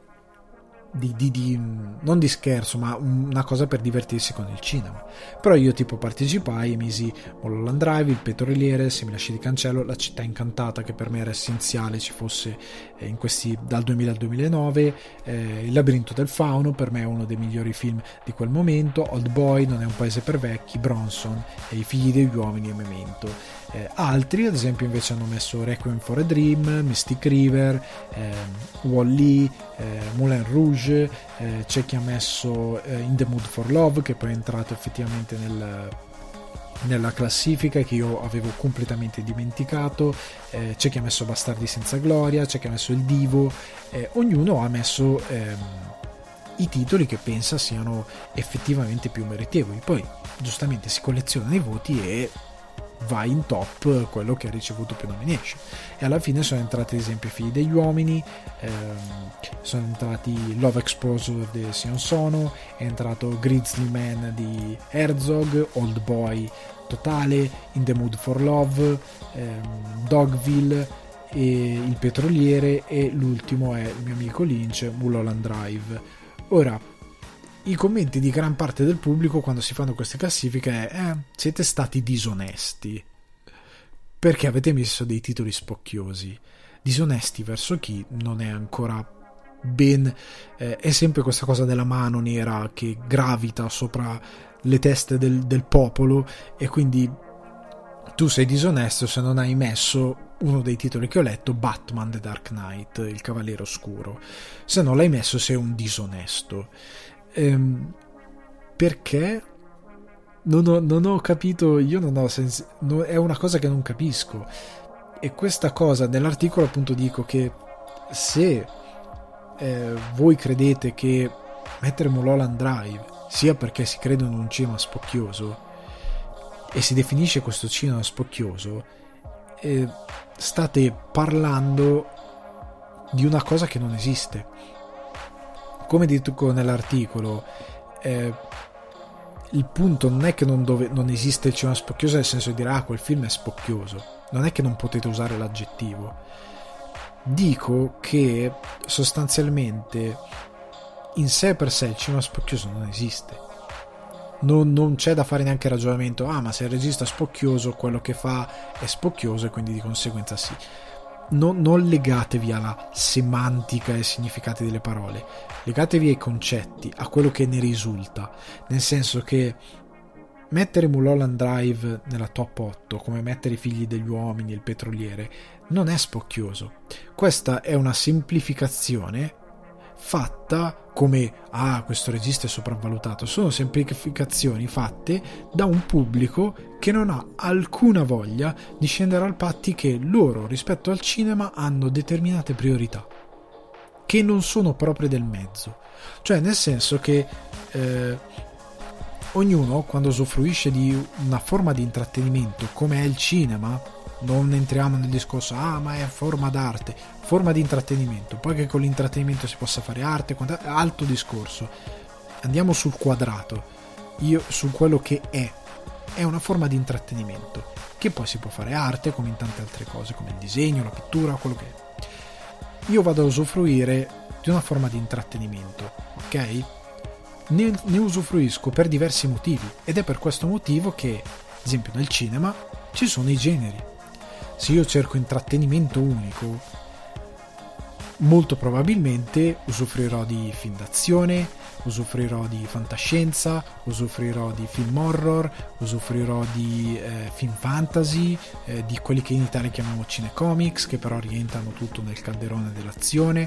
Di, di, di, non di scherzo, ma una cosa per divertirsi con il cinema. Però io tipo partecipai e misi Mulholland Drive, Il Petroliere, Se mi lasci ti cancello, La città incantata, che per me era essenziale ci fosse eh, in questi dal duemila al duemilanove, eh, Il labirinto del fauno, per me è uno dei migliori film di quel momento, Old Boy, Non è un paese per vecchi, Bronson, e I figli degli uomini e Memento. Eh, altri ad esempio invece hanno messo Requiem for a Dream, Mystic River, eh, Wall-E, eh, Moulin Rouge, eh, c'è chi ha messo eh, In the Mood for Love, che poi è entrato effettivamente nel, nella classifica e che io avevo completamente dimenticato, eh, c'è chi ha messo Bastardi senza gloria, c'è chi ha messo Il Divo, eh, ognuno ha messo ehm, i titoli che pensa siano effettivamente più meritevoli, poi giustamente si collezionano i voti e va in top quello che ha ricevuto più nomination, e alla fine sono entrati ad esempio I figli degli uomini, ehm, sono entrati Love Exposure di Sion Sono, è entrato Grizzly Man di Herzog, Old Boy totale, In the Mood for Love, ehm, Dogville e Il Petroliere, e l'ultimo è il mio amico Lynch, Mulholland Drive. Ora i commenti di gran parte del pubblico quando si fanno queste classifiche è eh, siete stati disonesti perché avete messo dei titoli spocchiosi. Disonesti verso chi? Non è ancora ben eh, è sempre questa cosa della mano nera che gravita sopra le teste del, del popolo, e quindi tu sei disonesto se non hai messo uno dei titoli che ho letto, Batman The Dark Knight, il Cavaliere Oscuro. Se non l'hai messo sei un disonesto. Ehm, perché non ho, non ho capito, io non ho sens- no, è una cosa che non capisco. E questa cosa nell'articolo appunto dico che se eh, voi credete che mettere Mulholland Drive sia perché si crede in un cinema spocchioso e si definisce questo cinema spocchioso, eh, state parlando di una cosa che non esiste. Come dico nell'articolo, eh, il punto non è che non, dove, non esiste il cinema spocchioso nel senso di dire ah, quel film è spocchioso, non è che non potete usare l'aggettivo. Dico che sostanzialmente in sé per sé il cinema spocchioso non esiste. Non, non c'è da fare neanche ragionamento ah ma se il regista è spocchioso quello che fa è spocchioso e quindi di conseguenza sì. Non, non legatevi alla semantica e ai significati delle parole, legatevi ai concetti, a quello che ne risulta, nel senso che mettere Mulholland Drive nella top otto come mettere I figli degli uomini e Il petroliere non è spocchioso. Questa è una semplificazione fatta come ah questo regista è sopravvalutato. Sono semplificazioni fatte da un pubblico che non ha alcuna voglia di scendere al patti che loro rispetto al cinema hanno determinate priorità che non sono proprie del mezzo, cioè nel senso che eh, ognuno quando usufruisce di una forma di intrattenimento come è il cinema, non entriamo nel discorso ah ma è forma d'arte, forma di intrattenimento, poi che con l'intrattenimento si possa fare arte, alto discorso, andiamo sul quadrato, io su quello che è è una forma di intrattenimento che poi si può fare arte come in tante altre cose come il disegno, la pittura, quello che è. Io vado a usufruire di una forma di intrattenimento, ok? Ne, ne usufruisco per diversi motivi ed è per questo motivo che ad esempio nel cinema ci sono i generi. Se io cerco intrattenimento unico, molto probabilmente usufruirò di film d'azione, usufruirò di fantascienza, usufruirò di film horror, usufruirò di eh, film fantasy, eh, di quelli che in Italia chiamiamo cinecomics, che però rientrano tutto nel calderone dell'azione.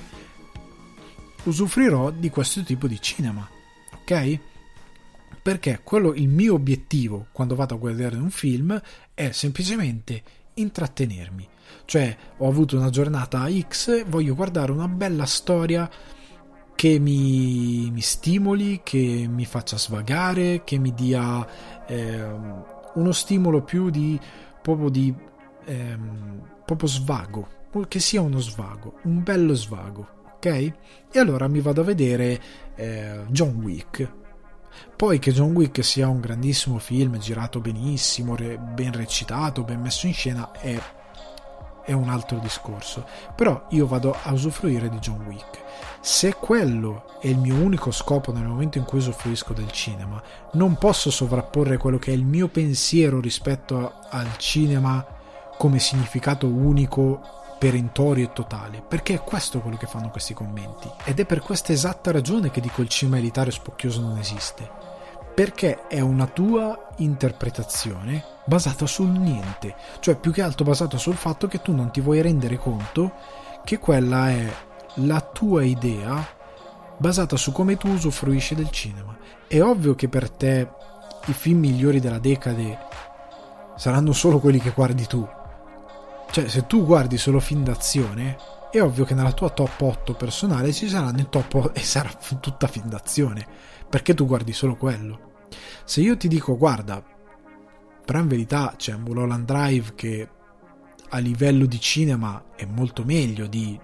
Usufruirò di questo tipo di cinema, ok? Perché quello, il mio obiettivo quando vado a guardare un film è semplicemente intrattenermi, cioè ho avuto una giornata X, voglio guardare una bella storia che mi, mi stimoli, che mi faccia svagare, che mi dia eh, uno stimolo più di proprio di eh, proprio svago, che sia uno svago, un bello svago, ok? E allora mi vado a vedere eh, John Wick. Poi che John Wick sia un grandissimo film, girato benissimo, re, ben recitato, ben messo in scena, è, è un altro discorso. Però io vado a usufruire di John Wick. Se quello è il mio unico scopo nel momento in cui usufruisco del cinema, non posso sovrapporre quello che è il mio pensiero rispetto al cinema come significato unico, perentorio e totale, perché è questo quello che fanno questi commenti, ed è per questa esatta ragione che dico il cinema elitario spocchioso non esiste, perché è una tua interpretazione basata sul niente, cioè più che altro basata sul fatto che tu non ti vuoi rendere conto che quella è la tua idea basata su come tu usufruisci del cinema. È ovvio che per te i film migliori della decade saranno solo quelli che guardi tu. Cioè, se tu guardi solo film d'azione, è ovvio che nella tua top otto personale ci saranno il top e sarà tutta film d'azione, perché tu guardi solo quello. Se io ti dico, guarda, però in verità c'è Mulholland Drive che a livello di cinema è molto meglio di,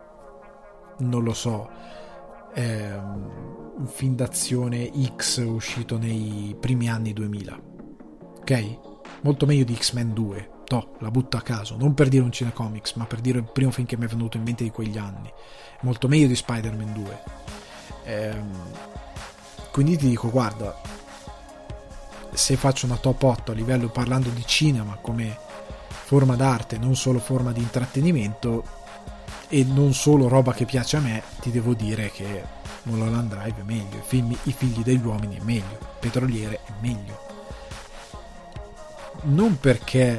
non lo so, ehm, un film d'azione X uscito nei primi anni duemila, ok? Molto meglio di X-Men due. No, la butto a caso, non per dire un cinecomics, ma per dire il primo film che mi è venuto in mente di quegli anni. Molto meglio di Spider-Man due. Ehm, quindi ti dico, guarda, se faccio una top otto a livello parlando di cinema come forma d'arte, non solo forma di intrattenimento e non solo roba che piace a me, ti devo dire che Mulholland Drive è meglio, i, film, i figli degli uomini è meglio, Petroliere è meglio. non perché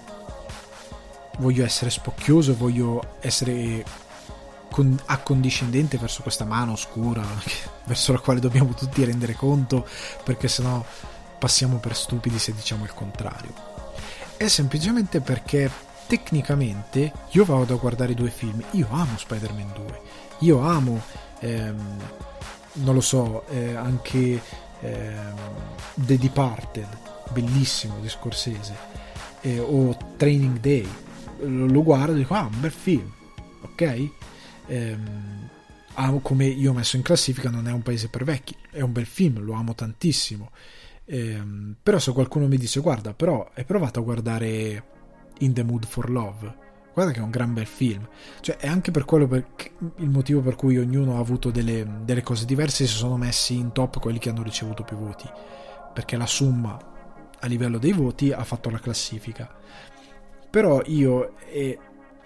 voglio essere spocchioso, voglio essere con- accondiscendente verso questa mano oscura verso la quale dobbiamo tutti rendere conto, perché sennò passiamo per stupidi se diciamo il contrario. È semplicemente perché tecnicamente io vado a guardare i due film, io amo Spider-Man due, io amo ehm, non lo so, eh, anche ehm, The Departed, bellissimo, di Scorsese, eh, o Training Day, lo, lo guardo e dico ah, un bel film, ok? Ehm, amo, come io ho messo in classifica Non è un paese per vecchi, è un bel film, lo amo tantissimo. Ehm, però se qualcuno mi dice guarda, però hai provato a guardare In the Mood for Love, guarda che è un gran bel film, cioè è anche per quello per, il motivo per cui ognuno ha avuto delle, delle cose diverse e si sono messi in top quelli che hanno ricevuto più voti, perché la somma a livello dei voti ha fatto la classifica. Però io è,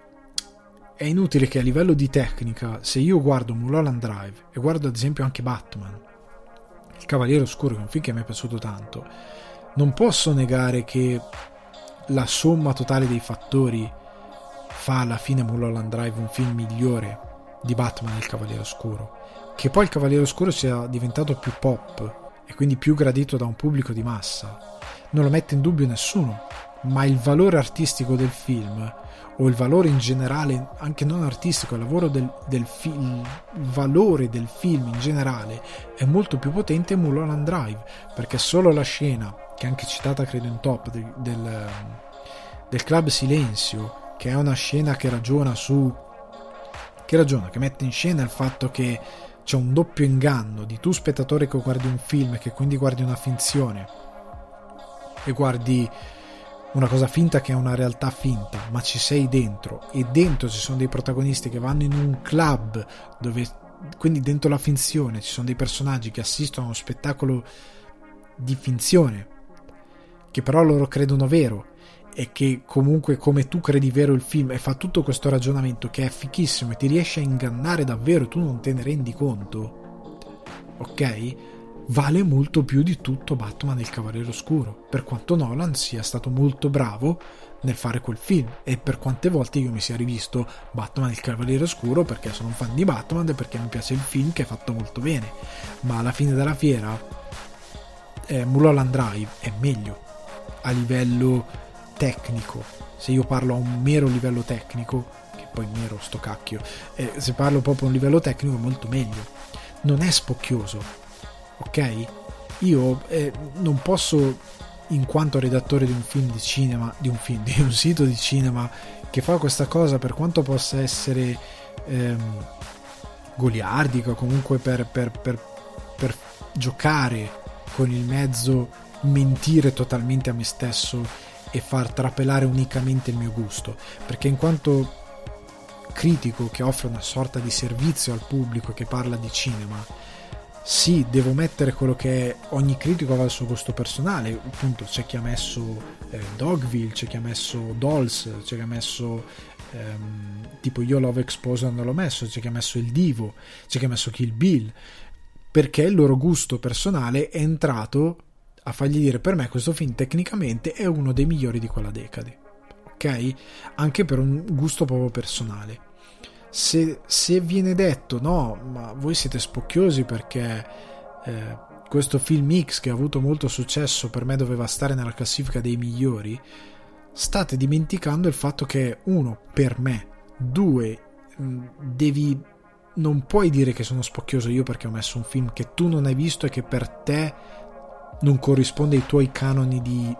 è inutile che a livello di tecnica, se io guardo Mulholland Drive e guardo ad esempio anche Batman Il Cavaliere Oscuro, che è un film che mi è piaciuto tanto, non posso negare che la somma totale dei fattori fa alla fine Mulholland Drive un film migliore di Batman Il Cavaliere Oscuro. Che poi Il Cavaliere Oscuro sia diventato più pop e quindi più gradito da un pubblico di massa non lo mette in dubbio nessuno, ma il valore artistico del film, o il valore in generale, anche non artistico, il lavoro del, del film, il valore del film in generale è molto più potente in Mulholland Drive, perché solo la scena, che è anche citata credo in top, del, del, del Club Silenzio, che è una scena che ragiona su che ragiona, che mette in scena il fatto che c'è un doppio inganno di tu spettatore che guardi un film e che quindi guardi una finzione e guardi una cosa finta che è una realtà finta, ma ci sei dentro, e dentro ci sono dei protagonisti che vanno in un club dove, quindi dentro la finzione ci sono dei personaggi che assistono a uno spettacolo di finzione che però loro credono vero, e che comunque come tu credi vero il film, e fa tutto questo ragionamento che è fichissimo e ti riesce a ingannare davvero, tu non te ne rendi conto, ok? Vale molto più di tutto Batman Il Cavaliere Oscuro, per quanto Nolan sia stato molto bravo nel fare quel film, e per quante volte io mi sia rivisto Batman Il Cavaliere Oscuro perché sono un fan di Batman e perché mi piace il film, che è fatto molto bene. Ma alla fine della fiera eh, Mulholland Drive è meglio a livello tecnico. Se io parlo a un mero livello tecnico, che poi mero sto cacchio, eh, se parlo proprio a un livello tecnico è molto meglio, non è spocchioso, ok? Io eh, non posso, in quanto redattore di un film di cinema, di un film, di un sito di cinema che fa questa cosa, per quanto possa essere ehm, goliardica, comunque per, per, per, per giocare con il mezzo, mentire totalmente a me stesso e far trapelare unicamente il mio gusto, perché in quanto critico che offre una sorta di servizio al pubblico che parla di cinema, sì, devo mettere quello che è, ogni critico aveva il suo gusto personale, appunto c'è chi ha messo eh, Dogville, c'è chi ha messo Dolls, c'è chi ha messo ehm, tipo io Love Exposure non l'ho messo, c'è chi ha messo Il Divo, c'è chi ha messo Kill Bill, perché il loro gusto personale è entrato a fargli dire per me questo film tecnicamente è uno dei migliori di quella decade, ok? Anche per un gusto proprio personale. Se, se viene detto no, ma voi siete spocchiosi perché eh, questo film X che ha avuto molto successo per me doveva stare nella classifica dei migliori, state dimenticando il fatto che uno, per me, due, devi non puoi dire che sono spocchioso io perché ho messo un film che tu non hai visto e che per te non corrisponde ai tuoi canoni di,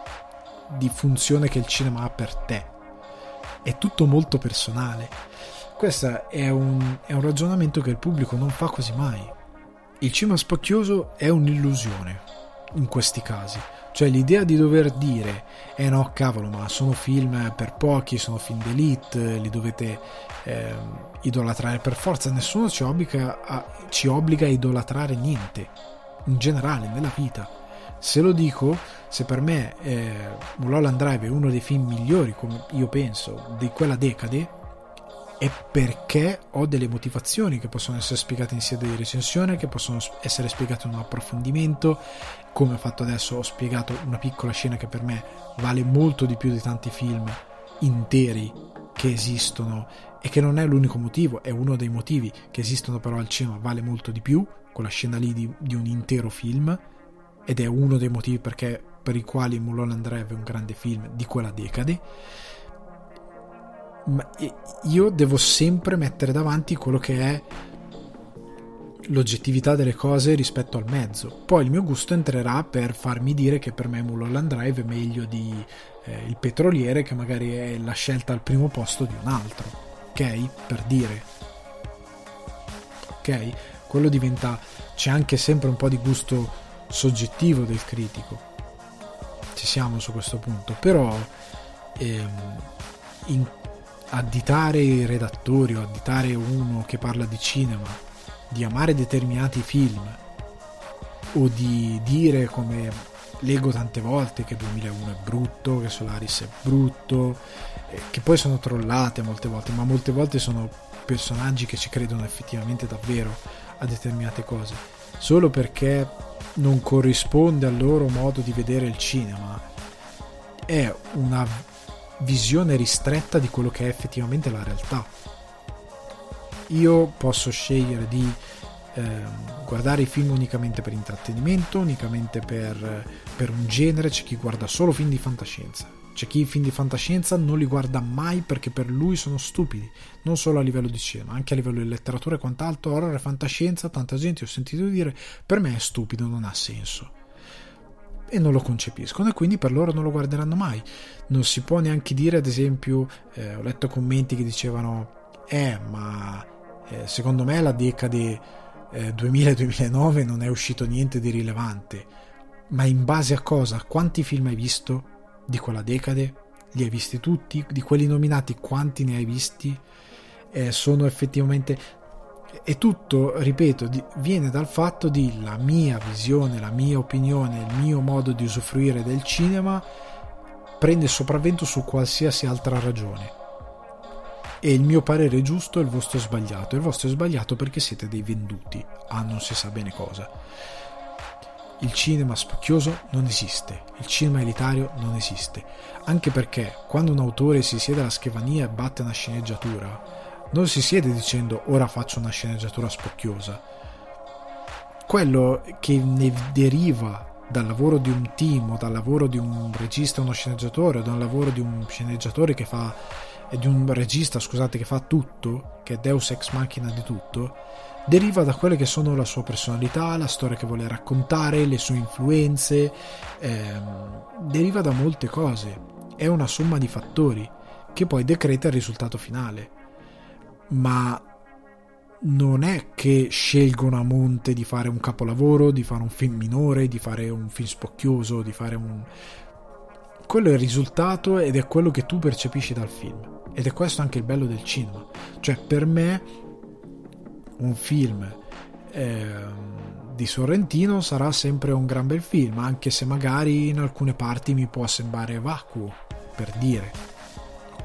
di funzione che il cinema ha per te. È tutto molto personale. Questo è un, è un ragionamento che il pubblico non fa quasi mai. Il cinema spocchioso è un'illusione in questi casi, cioè l'idea di dover dire eh no cavolo, ma sono film per pochi, sono film d'elite, li dovete eh, idolatrare per forza. Nessuno ci obbliga a, ci obbliga a idolatrare niente in generale nella vita. Se lo dico, se per me eh, Mulholland Drive è uno dei film migliori, come io penso, di quella decade, è perché ho delle motivazioni che possono essere spiegate in sede di recensione, che possono essere spiegate in un approfondimento. Come ho fatto adesso, ho spiegato una piccola scena che per me vale molto di più di tanti film interi che esistono, e che non è l'unico motivo, è uno dei motivi che esistono, però al cinema vale molto di più quella scena lì di, di un intero film, ed è uno dei motivi perché, per i quali Mulholland Drive è un grande film di quella decade. Ma io devo sempre mettere davanti quello che è l'oggettività delle cose rispetto al mezzo. Poi il mio gusto entrerà per farmi dire che per me Mulholland Drive è meglio di eh, Il Petroliere, che magari è la scelta al primo posto di un altro, ok? Per dire, ok? Quello diventa, c'è anche sempre un po' di gusto soggettivo del critico, ci siamo su questo punto, però ehm, in additare i redattori o additare uno che parla di cinema di amare determinati film, o di dire, come leggo tante volte, che duemilauno è brutto, che Solaris è brutto, eh, che poi sono trollate molte volte, ma molte volte sono personaggi che ci credono effettivamente davvero a determinate cose, solo perché non corrisponde al loro modo di vedere il cinema. È una visione ristretta di quello che è effettivamente la realtà. Io posso scegliere di ehm, guardare i film unicamente per intrattenimento, unicamente per, per un genere. C'è chi guarda solo film di fantascienza, c'è chi i film di fantascienza non li guarda mai perché per lui sono stupidi, non solo a livello di cinema, anche a livello di letteratura e quant'altro. Horror e fantascienza, tanta gente ho sentito dire, per me è stupido, non ha senso, e non lo concepiscono, e quindi per loro non lo guarderanno mai. Non si può neanche dire, ad esempio, eh, ho letto commenti che dicevano eh ma eh, secondo me la decade eh, duemila duemilanove non è uscito niente di rilevante. Ma in base a cosa? Quanti film hai visto di quella decade? Li hai visti tutti? Di quelli nominati quanti ne hai visti? Eh, sono effettivamente... E tutto, ripeto, di, viene dal fatto di la mia visione, la mia opinione, il mio modo di usufruire del cinema prende sopravvento su qualsiasi altra ragione, e il mio parere è giusto e il vostro è sbagliato. Il vostro è sbagliato perché siete dei venduti a non si sa bene cosa. Il cinema spocchioso non esiste, il cinema elitario non esiste, anche perché quando un autore si siede alla scrivania e batte una sceneggiatura non si siede dicendo ora faccio una sceneggiatura spocchiosa. Quello che ne deriva dal lavoro di un team, o dal lavoro di un regista e uno sceneggiatore, o dal lavoro di un sceneggiatore che fa, e di un regista, scusate, che fa tutto, che è Deus ex machina di tutto, deriva da quelle che sono la sua personalità, la storia che vuole raccontare, le sue influenze, ehm, deriva da molte cose, è una somma di fattori che poi decreta il risultato finale. Ma non è che scelgono a monte di fare un capolavoro, di fare un film minore, di fare un film spocchioso, di fare un... Quello è il risultato ed è quello che tu percepisci dal film, ed è questo anche il bello del cinema. Cioè, per me un film eh, di Sorrentino sarà sempre un gran bel film, anche se magari in alcune parti mi può sembrare vacuo, per dire, ok?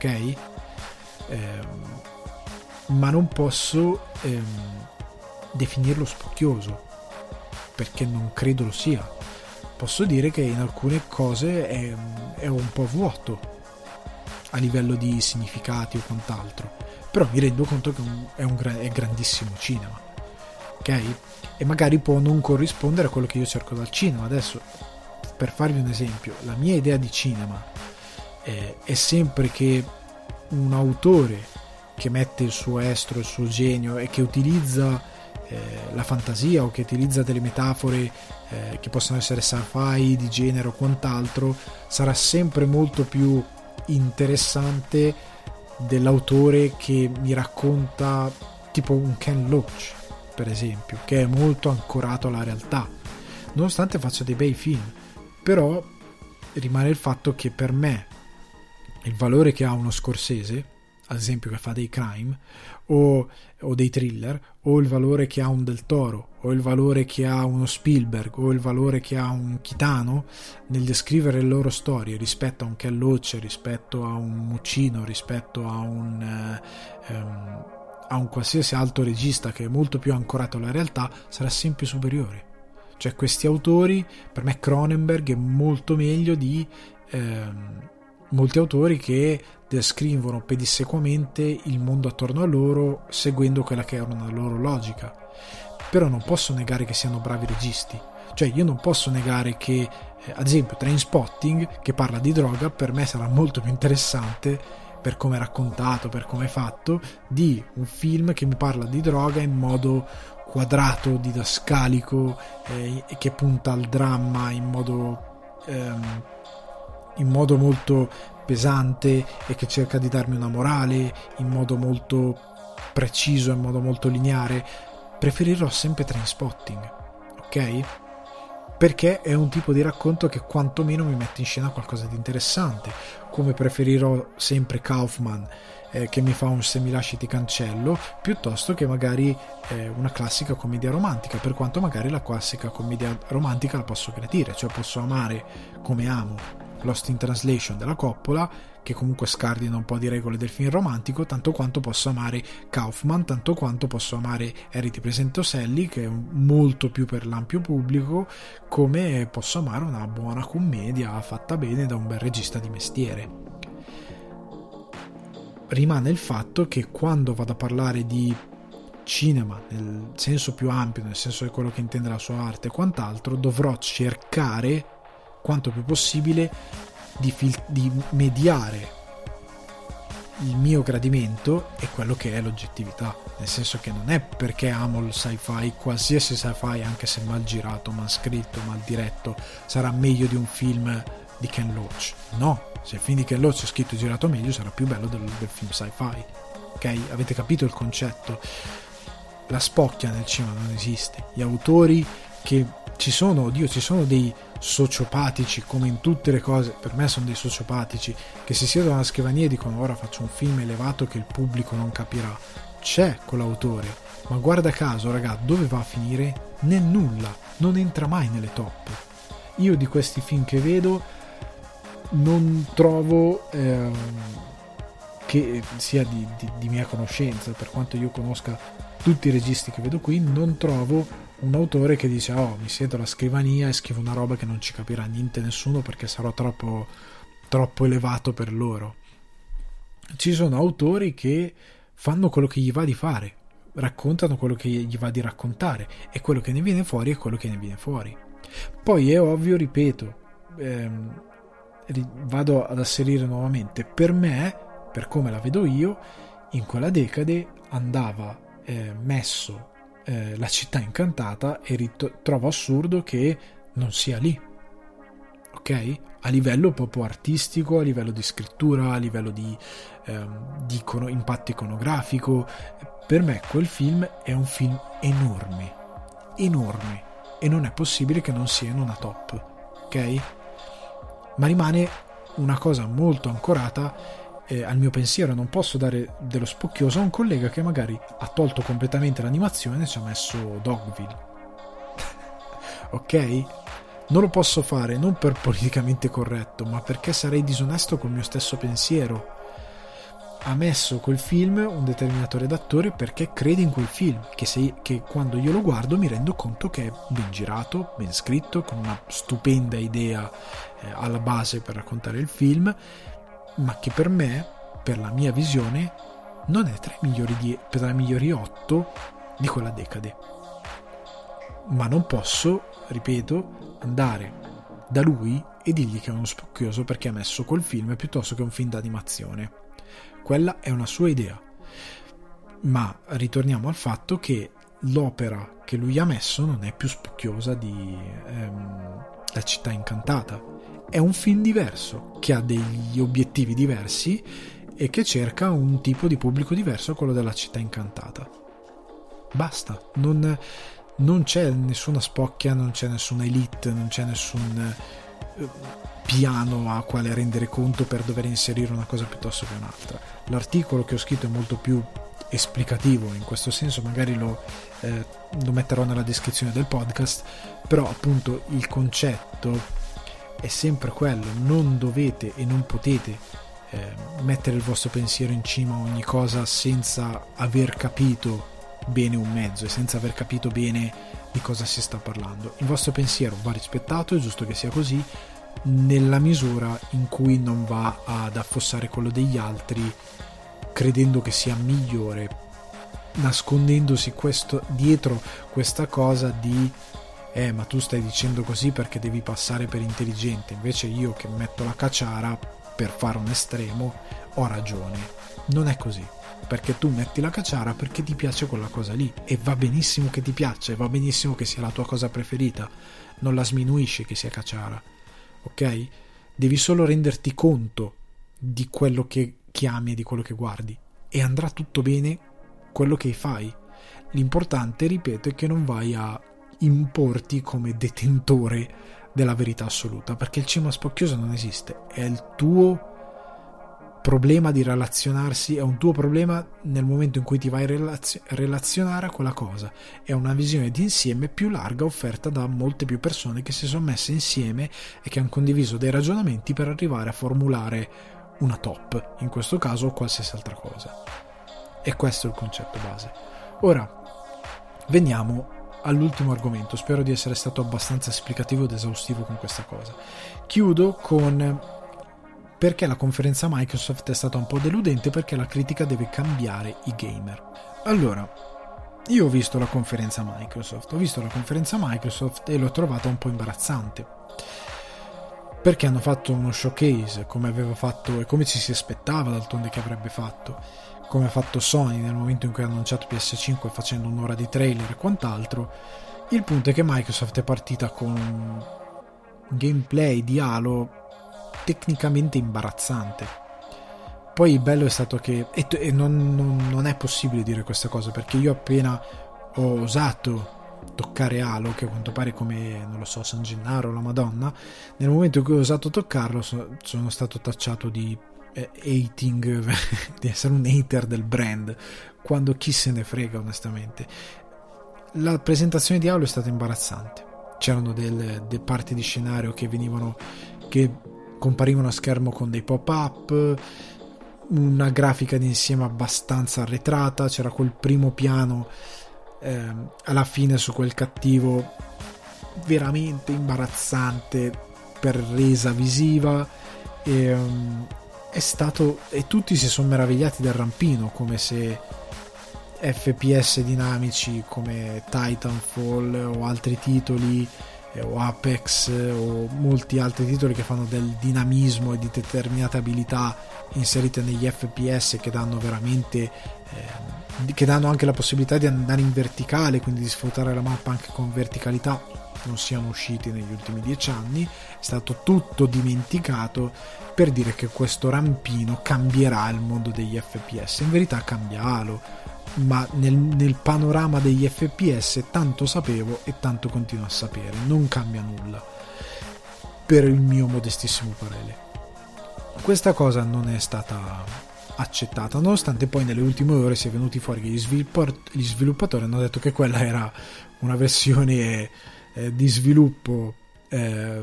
Eh, ma non posso ehm, definirlo spocchioso, perché non credo lo sia. Posso dire che in alcune cose è, è un po' vuoto a livello di significati o quant'altro, però mi rendo conto che è un è grandissimo cinema, ok? E magari può non corrispondere a quello che io cerco dal cinema. Adesso, per farvi un esempio, la mia idea di cinema eh, è sempre che un autore che mette il suo estro, il suo genio, e che utilizza eh, la fantasia, o che utilizza delle metafore eh, che possono essere sci-fi, di genere o quant'altro, sarà sempre molto più interessante dell'autore che mi racconta, tipo un Ken Loach per esempio, che è molto ancorato alla realtà, nonostante faccia dei bei film. Però rimane il fatto che per me il valore che ha uno Scorsese ad esempio, che fa dei crime o, o dei thriller, o il valore che ha un Del Toro, o il valore che ha uno Spielberg, o il valore che ha un Kitano nel descrivere le loro storie rispetto a un Ken Loach, rispetto a un Muccino, rispetto a un eh, um, a un qualsiasi altro regista che è molto più ancorato alla realtà, sarà sempre superiore. Cioè, questi autori, per me Cronenberg è molto meglio di ehm, molti autori che descrivono pedissequamente il mondo attorno a loro seguendo quella che era una loro logica. Però non posso negare che siano bravi registi. Cioè, io non posso negare che eh, ad esempio Trainspotting, che parla di droga, per me sarà molto più interessante, per come è raccontato, per come è fatto, di un film che mi parla di droga in modo quadrato, didascalico, eh, e che punta al dramma in modo ehm, in modo molto pesante e che cerca di darmi una morale in modo molto preciso, in modo molto lineare. Preferirò sempre Trainspotting, ok? Perché è un tipo di racconto che quantomeno mi mette in scena qualcosa di interessante, come preferirò sempre Kaufman, eh, che mi fa un Se mi lasci ti cancello, piuttosto che magari eh, una classica commedia romantica, per quanto magari la classica commedia romantica la posso gradire, cioè posso amare come amo Lost in Translation della Coppola, che comunque scardina un po' di regole del film romantico, tanto quanto posso amare Kaufman, tanto quanto posso amare Harry ti presento Sally, che è molto più per l'ampio pubblico, come posso amare una buona commedia fatta bene da un bel regista di mestiere. Rimane il fatto che quando vado a parlare di cinema nel senso più ampio, nel senso di quello che intende la sua arte e quant'altro, dovrò cercare quanto più possibile di, fil- di mediare il mio gradimento e quello che è l'oggettività, nel senso che non è perché amo il sci-fi, qualsiasi sci-fi, anche se mal girato, mal scritto, mal diretto, sarà meglio di un film di Ken Loach. No, se il film di Ken Loach è scritto e girato meglio, sarà più bello del, del film sci-fi. Ok? Avete capito il concetto? La spocchia nel cinema non esiste. Gli autori che ci sono, oddio, ci sono dei sociopatici, come in tutte le cose, per me sono dei sociopatici, che si siedono alla scrivania e dicono ora faccio un film elevato che il pubblico non capirà. C'è quell'autore, ma guarda caso, raga, dove va a finire? Nel nulla, non entra mai nelle top. Io di questi film che vedo non trovo ehm, che sia di, di, di mia conoscenza, per quanto io conosca tutti i registi che vedo qui, non trovo un autore che dice oh, mi siedo alla scrivania e scrivo una roba che non ci capirà niente nessuno perché sarò troppo troppo elevato per loro. Ci sono autori che fanno quello che gli va di fare, raccontano quello che gli va di raccontare, e quello che ne viene fuori è quello che ne viene fuori. Poi è ovvio, ripeto, ehm, vado ad asserire nuovamente, per me, per come la vedo io, in quella decade andava eh, messo eh, La città incantata, e rit- trovo assurdo che non sia lì, ok? A livello proprio artistico, a livello di scrittura, a livello di, ehm, di icono- impatto iconografico. Per me quel film è un film enorme, enorme, e non è possibile che non sia in una top, ok? Ma rimane una cosa molto ancorata eh, al mio pensiero. Non posso dare dello spocchioso a un collega che magari ha tolto completamente l'animazione e ci ha messo Dogville. Ok? Non lo posso fare non per politicamente corretto, ma perché sarei disonesto col mio stesso pensiero. Ha messo quel film un determinato redattore perché crede in quel film, che, se, che quando io lo guardo mi rendo conto che è ben girato, ben scritto, con una stupenda idea eh, alla base per raccontare il film, ma che per me, per la mia visione, non è tra i migliori, die- tra i migliori otto di quella decade. Ma non posso, ripeto, andare da lui e dirgli che è uno spocchioso perché ha messo quel film piuttosto che un film d'animazione. Quella è una sua idea, ma ritorniamo al fatto che l'opera che lui ha messo non è più spocchiosa di ehm, La città incantata. È un film diverso, che ha degli obiettivi diversi e che cerca un tipo di pubblico diverso a quello della città incantata. Basta, non, non c'è nessuna spocchia, non c'è nessuna elite, non c'è nessun piano a quale rendere conto per dover inserire una cosa piuttosto che un'altra. L'articolo che ho scritto è molto più esplicativo in questo senso, magari lo, eh, lo metterò nella descrizione del podcast, però appunto il concetto è sempre quello: non dovete e non potete eh, mettere il vostro pensiero in cima a ogni cosa senza aver capito bene un mezzo e senza aver capito bene di cosa si sta parlando. Il vostro pensiero va rispettato, è giusto che sia così, nella misura in cui non va ad affossare quello degli altri credendo che sia migliore, nascondendosi questo, dietro questa cosa di eh ma tu stai dicendo così perché devi passare per intelligente, invece io che metto la caciara per fare un estremo ho ragione. Non è così, perché tu metti la caciara perché ti piace quella cosa lì e va benissimo che ti piaccia e va benissimo che sia la tua cosa preferita, non la sminuisci che sia caciara, ok? Devi solo renderti conto di quello che chiami e di quello che guardi e andrà tutto bene quello che fai. L'importante, ripeto, è che non vai a importi come detentore della verità assoluta, perché il cima spocchioso non esiste, è il tuo problema di relazionarsi, è un tuo problema nel momento in cui ti vai a relazio- relazionare a quella cosa. È una visione d'insieme più larga offerta da molte più persone che si sono messe insieme e che hanno condiviso dei ragionamenti per arrivare a formulare una top, in questo caso, o qualsiasi altra cosa. E questo è il concetto base. Ora veniamo all'ultimo argomento. Spero di essere stato abbastanza esplicativo ed esaustivo con questa cosa. Chiudo con perché la conferenza Microsoft è stata un po' deludente, perché la critica deve cambiare i gamer. Allora, io ho visto la conferenza Microsoft, ho visto la conferenza Microsoft e l'ho trovata un po' imbarazzante, perché hanno fatto uno showcase come aveva fatto e come ci si aspettava d'altronde che avrebbe fatto, come ha fatto Sony nel momento in cui ha annunciato P S cinque facendo un'ora di trailer e quant'altro. Il punto è che Microsoft è partita con un gameplay di Halo tecnicamente imbarazzante. Poi il bello è stato che e, e non, non, non è possibile dire questa cosa, perché io appena ho osato toccare Halo, che a quanto pare come, non lo so, San Gennaro o la Madonna, nel momento in cui ho osato toccarlo so, sono stato tacciato di eh, hating di essere un hater del brand, quando chi se ne frega onestamente. La presentazione di Halo è stata imbarazzante, c'erano delle, delle parti di scenario che venivano che comparivano a schermo con dei pop-up, una grafica d'insieme abbastanza arretrata, c'era quel primo piano eh, alla fine su quel cattivo veramente imbarazzante per resa visiva, e, um, è stato, e tutti si sono meravigliati del rampino, come se F P S dinamici come Titanfall o altri titoli o Apex o molti altri titoli che fanno del dinamismo e di determinate abilità inserite negli F P S che danno veramente eh, che danno anche la possibilità di andare in verticale, quindi di sfruttare la mappa anche con verticalità, non siano usciti negli ultimi dieci anni. È stato tutto dimenticato per dire che questo rampino cambierà il mondo degli F P S. In verità cambia Halo, ma nel, nel panorama degli F P S tanto sapevo e tanto continuo a sapere, non cambia nulla per il mio modestissimo parere. Questa cosa non è stata accettata, nonostante poi nelle ultime ore sia venuti fuori che gli, sviluppar- gli sviluppatori hanno detto che quella era una versione eh, di sviluppo eh,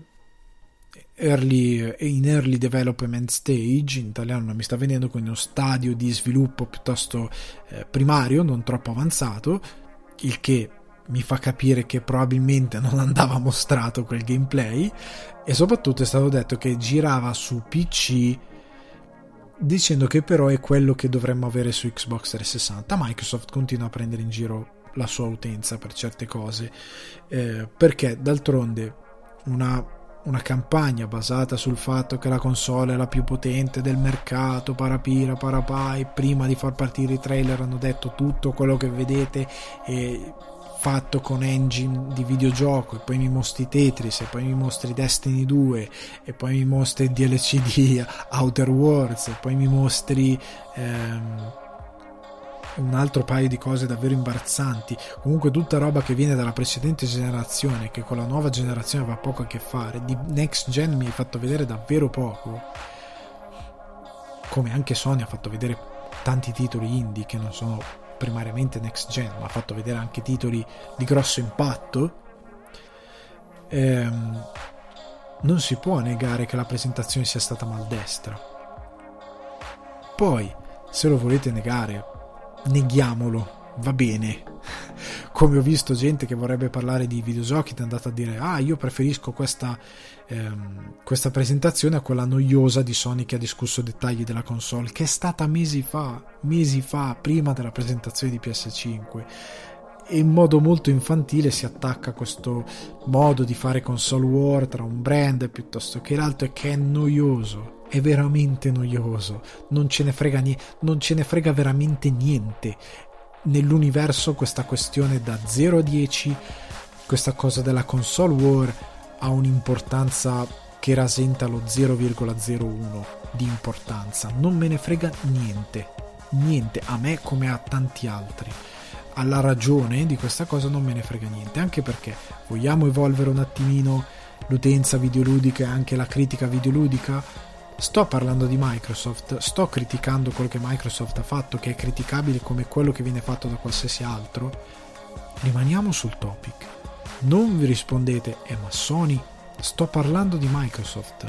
early, in early development stage, in italiano non mi sta venendo, quindi uno stadio di sviluppo piuttosto eh, primario, non troppo avanzato, il che mi fa capire che probabilmente non andava mostrato quel gameplay, e soprattutto è stato detto che girava su P C, dicendo che però è quello che dovremmo avere su Xbox trecentosessanta. Microsoft continua a prendere in giro la sua utenza per certe cose, eh, perché d'altronde una una campagna basata sul fatto che la console è la più potente del mercato, parapira parapà, e prima di far partire i trailer hanno detto tutto quello che vedete è fatto con engine di videogioco, e poi mi mostri Tetris, e poi mi mostri Destiny due, e poi mi mostri il D L C di Outer Worlds, e poi mi mostri ehm, un altro paio di cose davvero imbarazzanti, comunque tutta roba che viene dalla precedente generazione, che con la nuova generazione aveva poco a che fare. Di next gen mi hai fatto vedere davvero poco, come anche Sony ha fatto vedere tanti titoli indie che non sono primariamente next gen, ma ha fatto vedere anche titoli di grosso impatto. Ehm, non si può negare che la presentazione sia stata maldestra. Poi, se lo volete negare, neghiamolo, va bene. Come ho visto gente che vorrebbe parlare di videogiochi ed è andata a dire: ah, io preferisco questa ehm, questa presentazione a quella noiosa di Sony che ha discusso dettagli della console, che è stata mesi fa mesi fa, prima della presentazione di P S cinque, e in modo molto infantile si attacca a questo modo di fare console war tra un brand piuttosto che l'altro, e che è noioso, è veramente noioso, non ce ne frega niente, non ce ne frega veramente niente. Nell'universo questa questione da zero a dieci, questa cosa della console war ha un'importanza che rasenta lo zero virgola zero uno di importanza. Non me ne frega niente, niente, a me come a tanti altri. Alla ragione di questa cosa non me ne frega niente, anche perché vogliamo evolvere un attimino l'utenza videoludica e anche la critica videoludica. Sto parlando di Microsoft, sto criticando quello che Microsoft ha fatto, che è criticabile come quello che viene fatto da qualsiasi altro. Rimaniamo sul topic, non vi rispondete eh ma Sony. Sto parlando di Microsoft,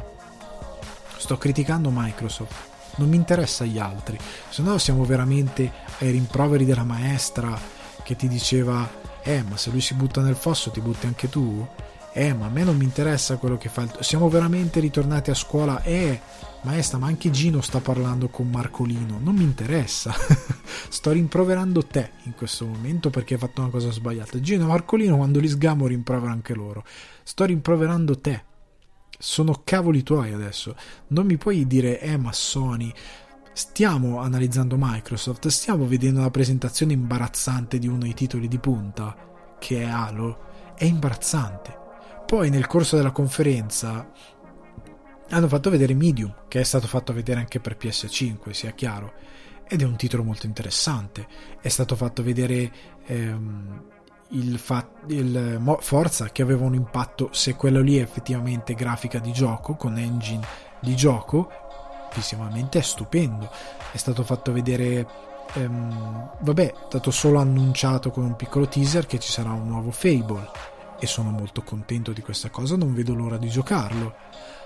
sto criticando Microsoft, non mi interessa gli altri, se no siamo veramente ai rimproveri della maestra che ti diceva eh ma se lui si butta nel fosso ti butti anche tu. Eh, ma a me non mi interessa quello che fa il... Siamo veramente ritornati a scuola. Eh, maestra, ma anche Gino sta parlando con Marcolino. Non mi interessa. Sto rimproverando te in questo momento perché hai fatto una cosa sbagliata. Gino e Marcolino, quando li sgamo, rimprovero anche loro. Sto rimproverando te. Sono cavoli tuoi adesso. Non mi puoi dire, eh, ma Sony... Stiamo analizzando Microsoft. Stiamo vedendo una presentazione imbarazzante di uno dei titoli di punta, che è Halo. È imbarazzante. Poi nel corso della conferenza hanno fatto vedere Medium, che è stato fatto vedere anche per P S cinque, sia chiaro, ed è un titolo molto interessante. È stato fatto vedere ehm, il, fa- il Mo- Forza, che aveva un impatto, se quello lì è effettivamente grafica di gioco, con engine di gioco, visivamente è stupendo. È stato fatto vedere ehm, vabbè, è stato solo annunciato con un piccolo teaser che ci sarà un nuovo Fable, e sono molto contento di questa cosa, non vedo l'ora di giocarlo.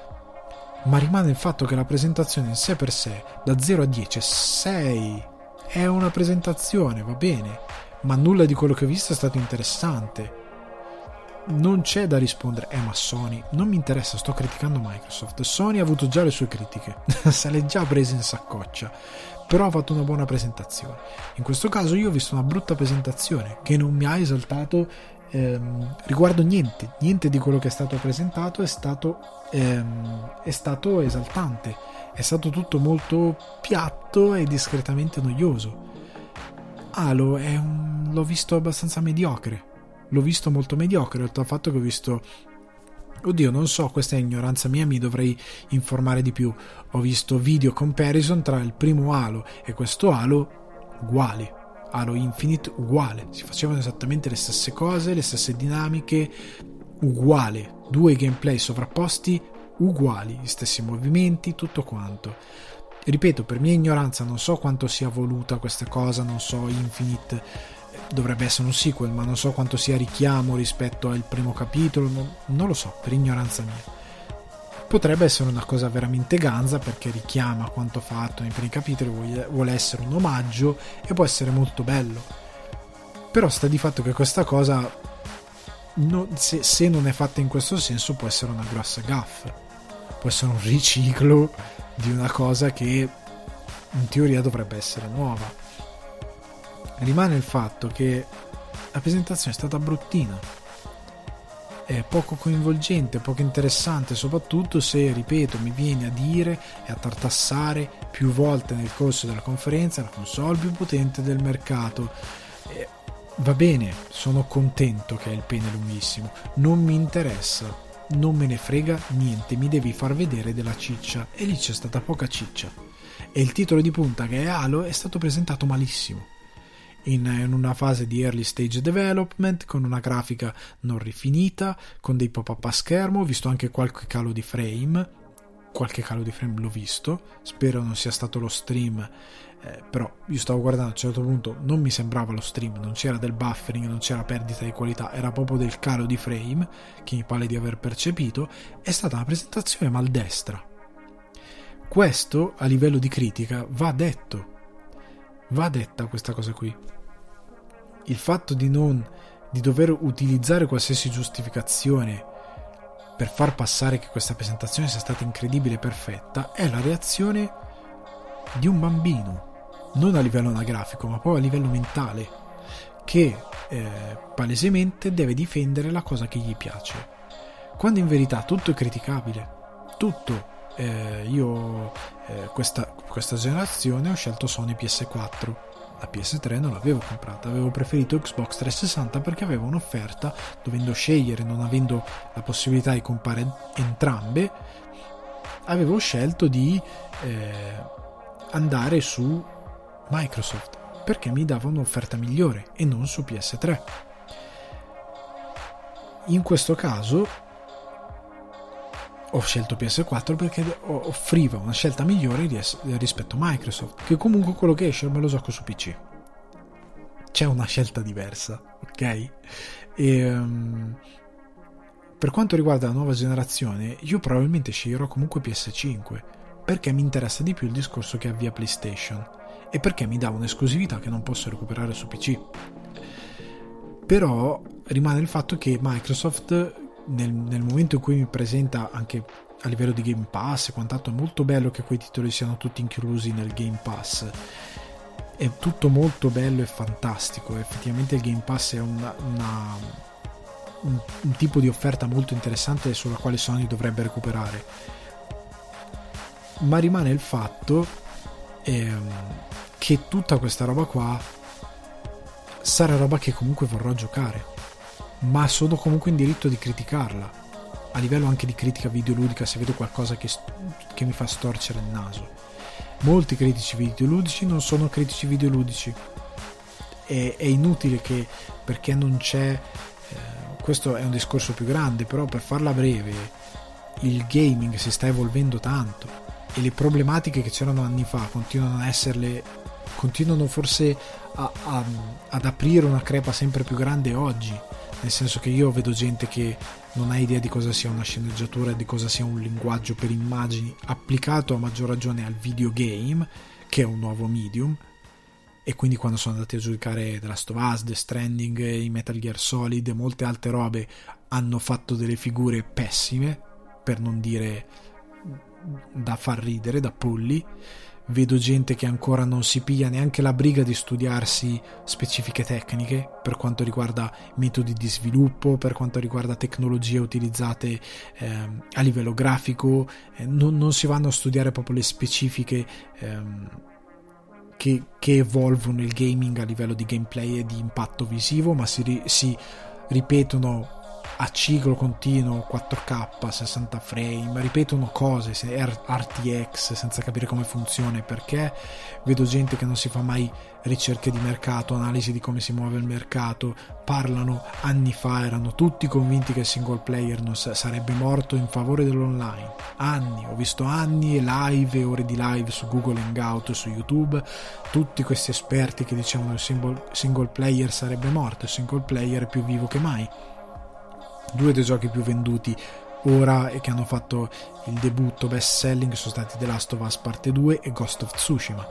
Ma rimane il fatto che la presentazione in sé per sé, da zero a dieci, sei, è una presentazione, va bene, ma nulla di quello che ho visto è stato interessante. Non c'è da rispondere eh ma Sony, non mi interessa, sto criticando Microsoft. Sony ha avuto già le sue critiche, se l'è già presa in saccoccia, però ha fatto una buona presentazione. In questo caso io ho visto una brutta presentazione che non mi ha esaltato Ehm, riguardo niente, niente di quello che è stato presentato è stato, ehm, è stato esaltante, è stato tutto molto piatto e discretamente noioso. Halo è un, l'ho visto abbastanza mediocre, l'ho visto molto mediocre, oltre al fatto che ho visto, oddio non so, questa è ignoranza mia, mi dovrei informare di più, ho visto video comparison tra il primo Halo e questo Halo uguali. Halo Infinite uguale, si facevano esattamente le stesse cose, le stesse dinamiche, uguale, due gameplay sovrapposti uguali, gli stessi movimenti, tutto quanto. Ripeto, per mia ignoranza non so quanto sia voluta questa cosa, non so, Infinite dovrebbe essere un sequel, ma non so quanto sia richiamo rispetto al primo capitolo, non, non lo so, per ignoranza mia. Potrebbe essere una cosa veramente ganza perché richiama quanto fatto nei primi capitoli, vuole essere un omaggio e può essere molto bello. Però sta di fatto che questa cosa, no, se, se non è fatta in questo senso, può essere una grossa gaffa, può essere un riciclo di una cosa che in teoria dovrebbe essere nuova. Rimane il fatto che la presentazione è stata bruttina, è poco coinvolgente, poco interessante, soprattutto se, ripeto, mi viene a dire e a tartassare più volte nel corso della conferenza la console più potente del mercato. Eh, va bene, sono contento che è il pene lunghissimo, non mi interessa, non me ne frega niente, mi devi far vedere della ciccia, e lì c'è stata poca ciccia. E il titolo di punta, che è Halo, è stato presentato malissimo. in, in una fase di early stage development, con una grafica non rifinita, con dei pop-up a schermo. Ho visto anche qualche calo di frame, qualche calo di frame l'ho visto, spero non sia stato lo stream, eh, però io stavo guardando, a un certo punto non mi sembrava lo stream, non c'era del buffering, non c'era perdita di qualità, era proprio del calo di frame che mi pare di aver percepito. È stata una presentazione maldestra. Questo a livello di critica va detto, va detta questa cosa qui. Il fatto di non di dover utilizzare qualsiasi giustificazione per far passare che questa presentazione sia stata incredibile e perfetta è la reazione di un bambino, non a livello anagrafico ma poi a livello mentale, che eh, palesemente deve difendere la cosa che gli piace, quando in verità tutto è criticabile, tutto. Eh, io eh, questa, questa generazione ho scelto Sony P S quattro, la P S tre non l'avevo comprata, avevo preferito Xbox trecentosessanta perché aveva un'offerta, dovendo scegliere, non avendo la possibilità di comprare entrambe, avevo scelto di eh, andare su Microsoft perché mi dava un'offerta migliore e non su P S tre. In questo caso ho scelto P S quattro perché offriva una scelta migliore rispetto a Microsoft, che comunque quello che esce me lo gioco su P C. C'è una scelta diversa, ok? E, um, per quanto riguarda la nuova generazione, io probabilmente sceglierò comunque P S cinque perché mi interessa di più il discorso che avvia PlayStation e perché mi dà un'esclusività che non posso recuperare su P C. Però rimane il fatto che Microsoft Nel, nel momento in cui mi presenta anche a livello di Game Pass e quant'altro, è molto bello che quei titoli siano tutti inclusi nel Game Pass, è tutto molto bello e fantastico. Effettivamente il Game Pass è una, una, un, un tipo di offerta molto interessante sulla quale Sony dovrebbe recuperare, ma rimane il fatto ehm, che tutta questa roba qua sarà roba che comunque vorrò giocare, ma sono comunque in diritto di criticarla a livello anche di critica videoludica se vedo qualcosa che, che mi fa storcere il naso. Molti critici videoludici non sono critici videoludici, è, è inutile che perché non c'è eh, questo è un discorso più grande, però per farla breve il gaming si sta evolvendo tanto e le problematiche che c'erano anni fa continuano a esserle, continuano forse a, a, ad aprire una crepa sempre più grande oggi. Nel senso che io vedo gente che non ha idea di cosa sia una sceneggiatura, di cosa sia un linguaggio per immagini applicato a maggior ragione al videogame, che è un nuovo medium, e quindi quando sono andati a giudicare The Last of Us, The Stranding, i Metal Gear Solid e molte altre robe, hanno fatto delle figure pessime, per non dire da far ridere, da polli. Vedo gente che ancora non si piglia neanche la briga di studiarsi specifiche tecniche per quanto riguarda metodi di sviluppo, per quanto riguarda tecnologie utilizzate ehm, a livello grafico, eh, non, non si vanno a studiare proprio le specifiche ehm, che, che evolvono il gaming a livello di gameplay e di impatto visivo, ma si, ri, si ripetono a ciclo continuo quattro K, sessanta frame, ripetono cose, R T X senza capire come funziona e perché. Vedo gente che non si fa mai ricerche di mercato, analisi di come si muove il mercato, parlano, anni fa erano tutti convinti che il single player non sa- sarebbe morto in favore dell'online, anni, ho visto anni e live e ore di live su Google Hangout, su YouTube, tutti questi esperti che dicevano il single, single player sarebbe morto, il single player è più vivo che mai. Due dei giochi più venduti ora e che hanno fatto il debutto best selling sono stati The Last of Us parte due e Ghost of Tsushima,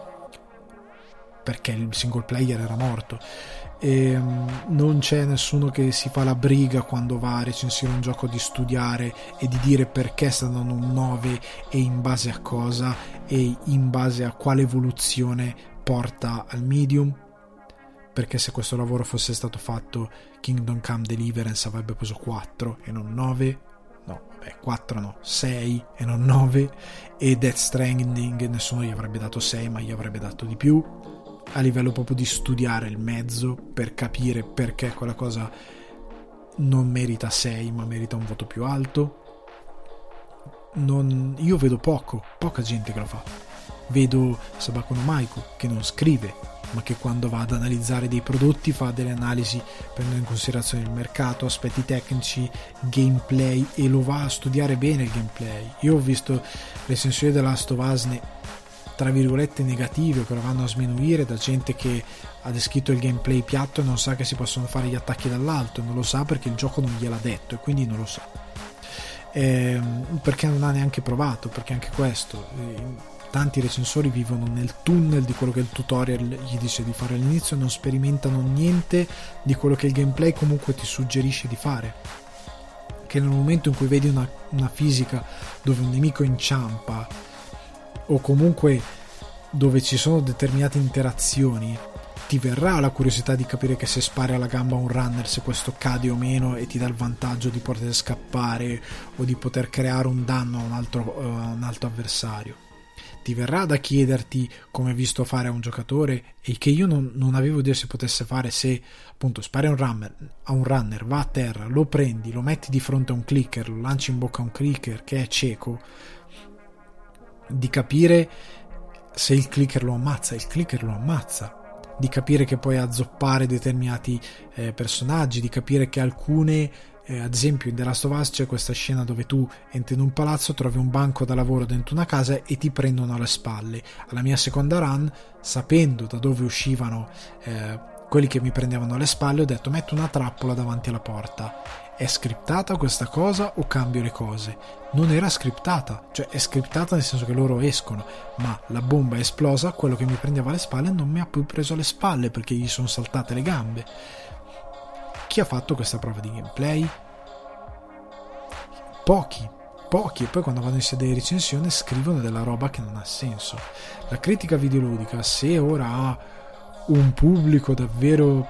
perché il single player era morto. E non c'è nessuno che si fa la briga quando va a recensire un gioco di studiare e di dire perché sta dando un nove e in base a cosa e in base a quale evoluzione porta al medium. Perché se questo lavoro fosse stato fatto, Kingdom Come Deliverance avrebbe preso quattro e non nove, no vabbè quattro no, sei e non nove, e Death Stranding nessuno gli avrebbe dato sei ma gli avrebbe dato di più, a livello proprio di studiare il mezzo per capire perché quella cosa non merita sei ma merita un voto più alto. Non, io vedo poco, poca gente che lo fa. Vedo Sabako no Maiko che non scrive ma che quando va ad analizzare dei prodotti fa delle analisi prendendo in considerazione il mercato, aspetti tecnici, gameplay, e lo va a studiare bene il gameplay. Io ho visto recensioni della Last of Us ne, tra virgolette negative, che lo vanno a sminuire, da gente che ha descritto il gameplay piatto e non sa che si possono fare gli attacchi dall'alto, non lo sa perché il gioco non gliel'ha detto e quindi non lo sa, eh, perché non ha neanche provato, perché anche questo, eh, tanti recensori vivono nel tunnel di quello che il tutorial gli dice di fare all'inizio e non sperimentano niente di quello che il gameplay comunque ti suggerisce di fare, che nel momento in cui vedi una, una fisica dove un nemico inciampa o comunque dove ci sono determinate interazioni, ti verrà la curiosità di capire che se spari alla gamba a un runner, se questo cade o meno, e ti dà il vantaggio di poter scappare o di poter creare un danno a un altro, uh, un altro avversario. Ti verrà da chiederti, come visto fare a un giocatore e che io non, non avevo idea si potesse fare, se appunto spari a un, runner, a un runner, va a terra, lo prendi, lo metti di fronte a un clicker, lo lanci in bocca a un clicker che è cieco, di capire se il clicker lo ammazza, il clicker lo ammazza, di capire che puoi azzoppare determinati eh, personaggi, di capire che alcune, eh, ad esempio in The Last of Us c'è questa scena dove tu entri in un palazzo, trovi un banco da lavoro dentro una casa e ti prendono alle spalle. Alla mia seconda run, sapendo da dove uscivano eh, quelli che mi prendevano alle spalle, ho detto metto una trappola davanti alla porta. È scriptata questa cosa o cambio le cose? Non era scriptata, cioè è scriptata nel senso che loro escono, ma la bomba è esplosa, quello che mi prendeva alle spalle non mi ha più preso alle spalle perché gli sono saltate le gambe. Chi ha fatto questa prova di gameplay? Pochi, pochi, e poi quando vanno in sede di recensione scrivono della roba che non ha senso. La critica videoludica, se ora ha un pubblico davvero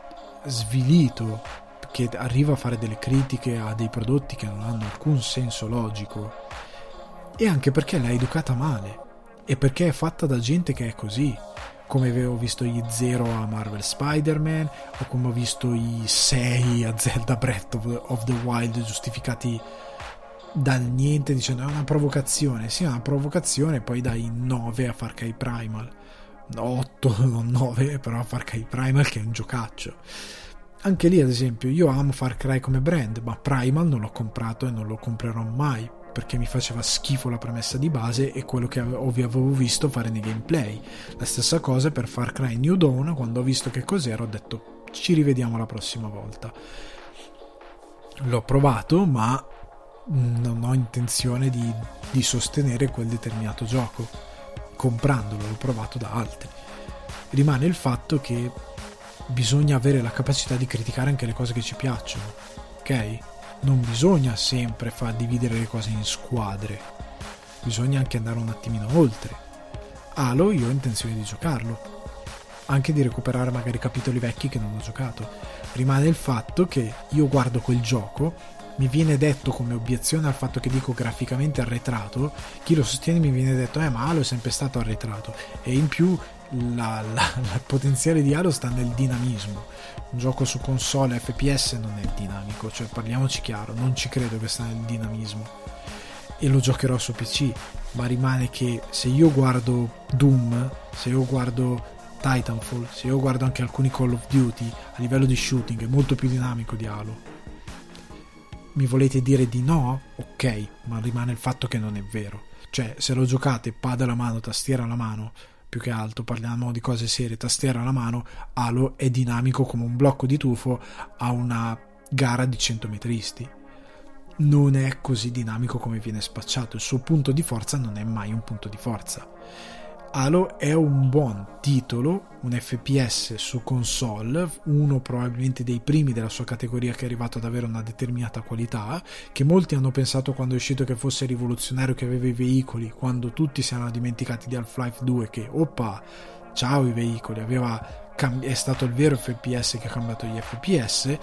svilito che arriva a fare delle critiche a dei prodotti che non hanno alcun senso logico, e anche perché l'ha educata male e perché è fatta da gente che è così, come avevo visto gli zero a Marvel Spider-Man o come ho visto i sei a Zelda Breath of the Wild giustificati dal niente dicendo è una provocazione. Sì, è una provocazione, poi dai nove a Far Cry Primal, otto, non nove, però a Far Cry Primal che è un giocaccio. Anche lì, ad esempio, io amo Far Cry come brand, ma Primal non l'ho comprato e non lo comprerò mai perché mi faceva schifo la premessa di base e quello che avevo visto fare nei gameplay. La stessa cosa per Far Cry New Dawn, quando ho visto che cos'era ho detto ci rivediamo la prossima volta. L'ho provato, ma non ho intenzione di, di sostenere quel determinato gioco comprandolo, l'ho provato da altri. Rimane il fatto che bisogna avere la capacità di criticare anche le cose che ci piacciono, ok? Non bisogna sempre far dividere le cose in squadre, bisogna anche andare un attimino oltre. Halo io ho intenzione di giocarlo, anche di recuperare magari capitoli vecchi che non ho giocato. Rimane il fatto che io guardo quel gioco, mi viene detto come obiezione al fatto che dico graficamente arretrato, chi lo sostiene mi viene detto eh ma Halo è sempre stato arretrato, e in più La, la, la potenziale di Halo sta nel dinamismo. Un gioco su console F P S non è dinamico, cioè parliamoci chiaro, non ci credo che sta nel dinamismo, e lo giocherò su P C, ma rimane che se io guardo Doom, se io guardo Titanfall, se io guardo anche alcuni Call of Duty, a livello di shooting è molto più dinamico di Halo. Mi volete dire di no? Ok, ma rimane il fatto che non è vero. Cioè se lo giocate pad alla mano, tastiera alla mano, più che altro parliamo di cose serie, tastiera alla mano, Halo è dinamico come un blocco di tufo a una gara di centometristi. Non è così dinamico come viene spacciato, il suo punto di forza non è mai un punto di forza. Halo è un buon titolo, un F P S su console, uno probabilmente dei primi della sua categoria che è arrivato ad avere una determinata qualità, che molti hanno pensato quando è uscito che fosse rivoluzionario, che aveva i veicoli, quando tutti si erano dimenticati di Half-Life due che, oppa, ciao i veicoli, aveva cambi- è stato il vero F P S che ha cambiato gli F P S,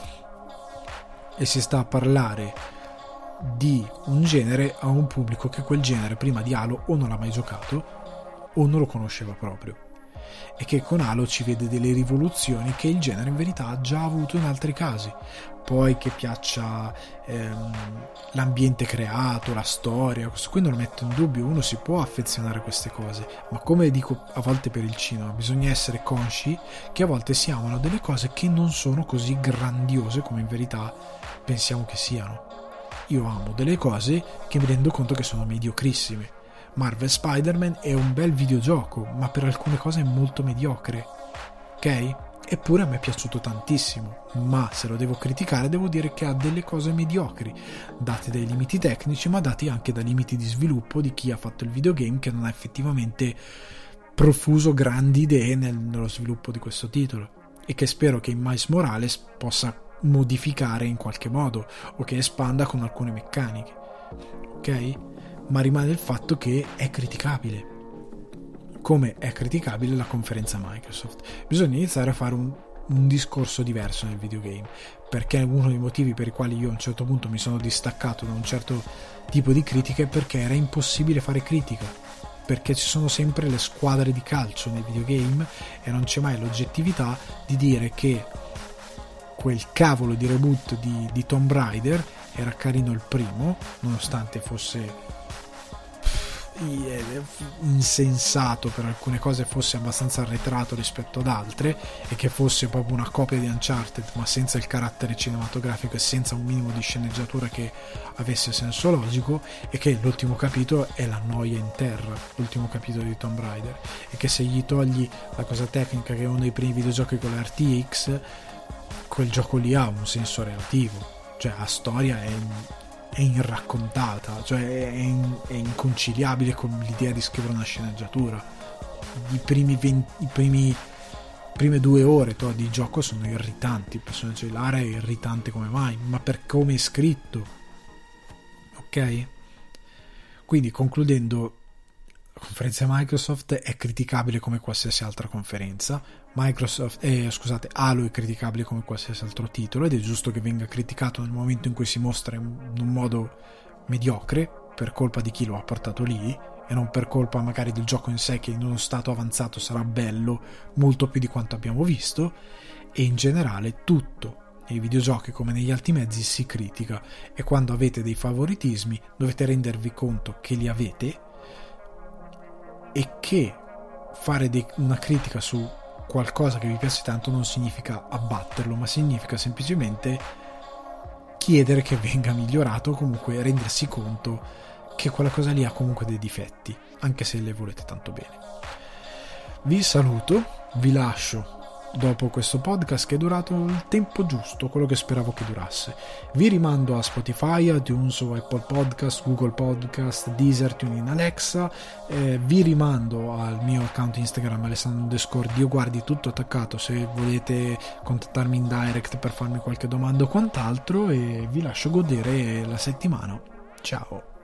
e si sta a parlare di un genere a un pubblico che quel genere prima di Halo o non l'ha mai giocato o non lo conosceva proprio. e che con Halo ci vede delle rivoluzioni che il genere in verità ha già avuto in altri casi. Poi che piaccia ehm, l'ambiente creato, la storia, questo qui non lo metto in dubbio, uno si può affezionare a queste cose, ma come dico a volte per il cinema, bisogna essere consci che a volte si amano delle cose che non sono così grandiose come in verità pensiamo che siano. Io amo delle cose che mi rendo conto che sono mediocrissime. Marvel Spider-Man è un bel videogioco, ma per alcune cose è molto mediocre, ok? Eppure a me è piaciuto tantissimo, ma se lo devo criticare devo dire che ha delle cose mediocri, date dai limiti tecnici, ma dati anche dai limiti di sviluppo di chi ha fatto il videogame, che non ha effettivamente profuso grandi idee nel, nello sviluppo di questo titolo, e che spero che in Miles Morales possa modificare in qualche modo, o che espanda con alcune meccaniche, ok? Ma rimane il fatto che è criticabile, come è criticabile la conferenza Microsoft. Bisogna iniziare a fare un, un discorso diverso nel videogame, perché uno dei motivi per i quali io a un certo punto mi sono distaccato da un certo tipo di critica è perché era impossibile fare critica, perché ci sono sempre le squadre di calcio nei videogame e non c'è mai l'oggettività di dire che quel cavolo di reboot di, di Tomb Raider era carino il primo, nonostante fosse insensato per alcune cose, fosse abbastanza arretrato rispetto ad altre, e che fosse proprio una copia di Uncharted ma senza il carattere cinematografico e senza un minimo di sceneggiatura che avesse senso logico, e che l'ultimo capitolo è la noia in terra, l'ultimo capitolo di Tomb Raider, e che se gli togli la cosa tecnica, che è uno dei primi videogiochi con la R T X, quel gioco lì ha un senso relativo, cioè la storia è è irraccontata, cioè è, in, è inconciliabile con l'idea di scrivere una sceneggiatura. I primi venti, i primi prime due ore to, di gioco sono irritanti, il personaggio di Lara è irritante come mai, ma per come è scritto, ok? Quindi concludendo, la conferenza Microsoft è criticabile come qualsiasi altra conferenza. Microsoft, eh, scusate, Halo è criticabile come qualsiasi altro titolo, ed è giusto che venga criticato nel momento in cui si mostra in un modo mediocre per colpa di chi lo ha portato lì, e non per colpa magari del gioco in sé, che in uno stato avanzato sarà bello molto più di quanto abbiamo visto. E in generale tutto nei videogiochi come negli altri mezzi si critica, e quando avete dei favoritismi dovete rendervi conto che li avete, e che fare dei, una critica su qualcosa che vi piace tanto non significa abbatterlo, ma significa semplicemente chiedere che venga migliorato, o comunque rendersi conto che quella cosa lì ha comunque dei difetti, anche se le volete tanto bene. Vi saluto, vi lascio dopo questo podcast che è durato il tempo giusto, quello che speravo che durasse. Vi rimando a Spotify, iTunes, Apple Podcast, Google Podcast, Deezer, TuneIn, Alexa. Eh, vi rimando al mio account Instagram Alessandro underscore Dio Guardi, tutto attaccato, se volete contattarmi in direct per farmi qualche domanda o quant'altro, e vi lascio godere la settimana. Ciao.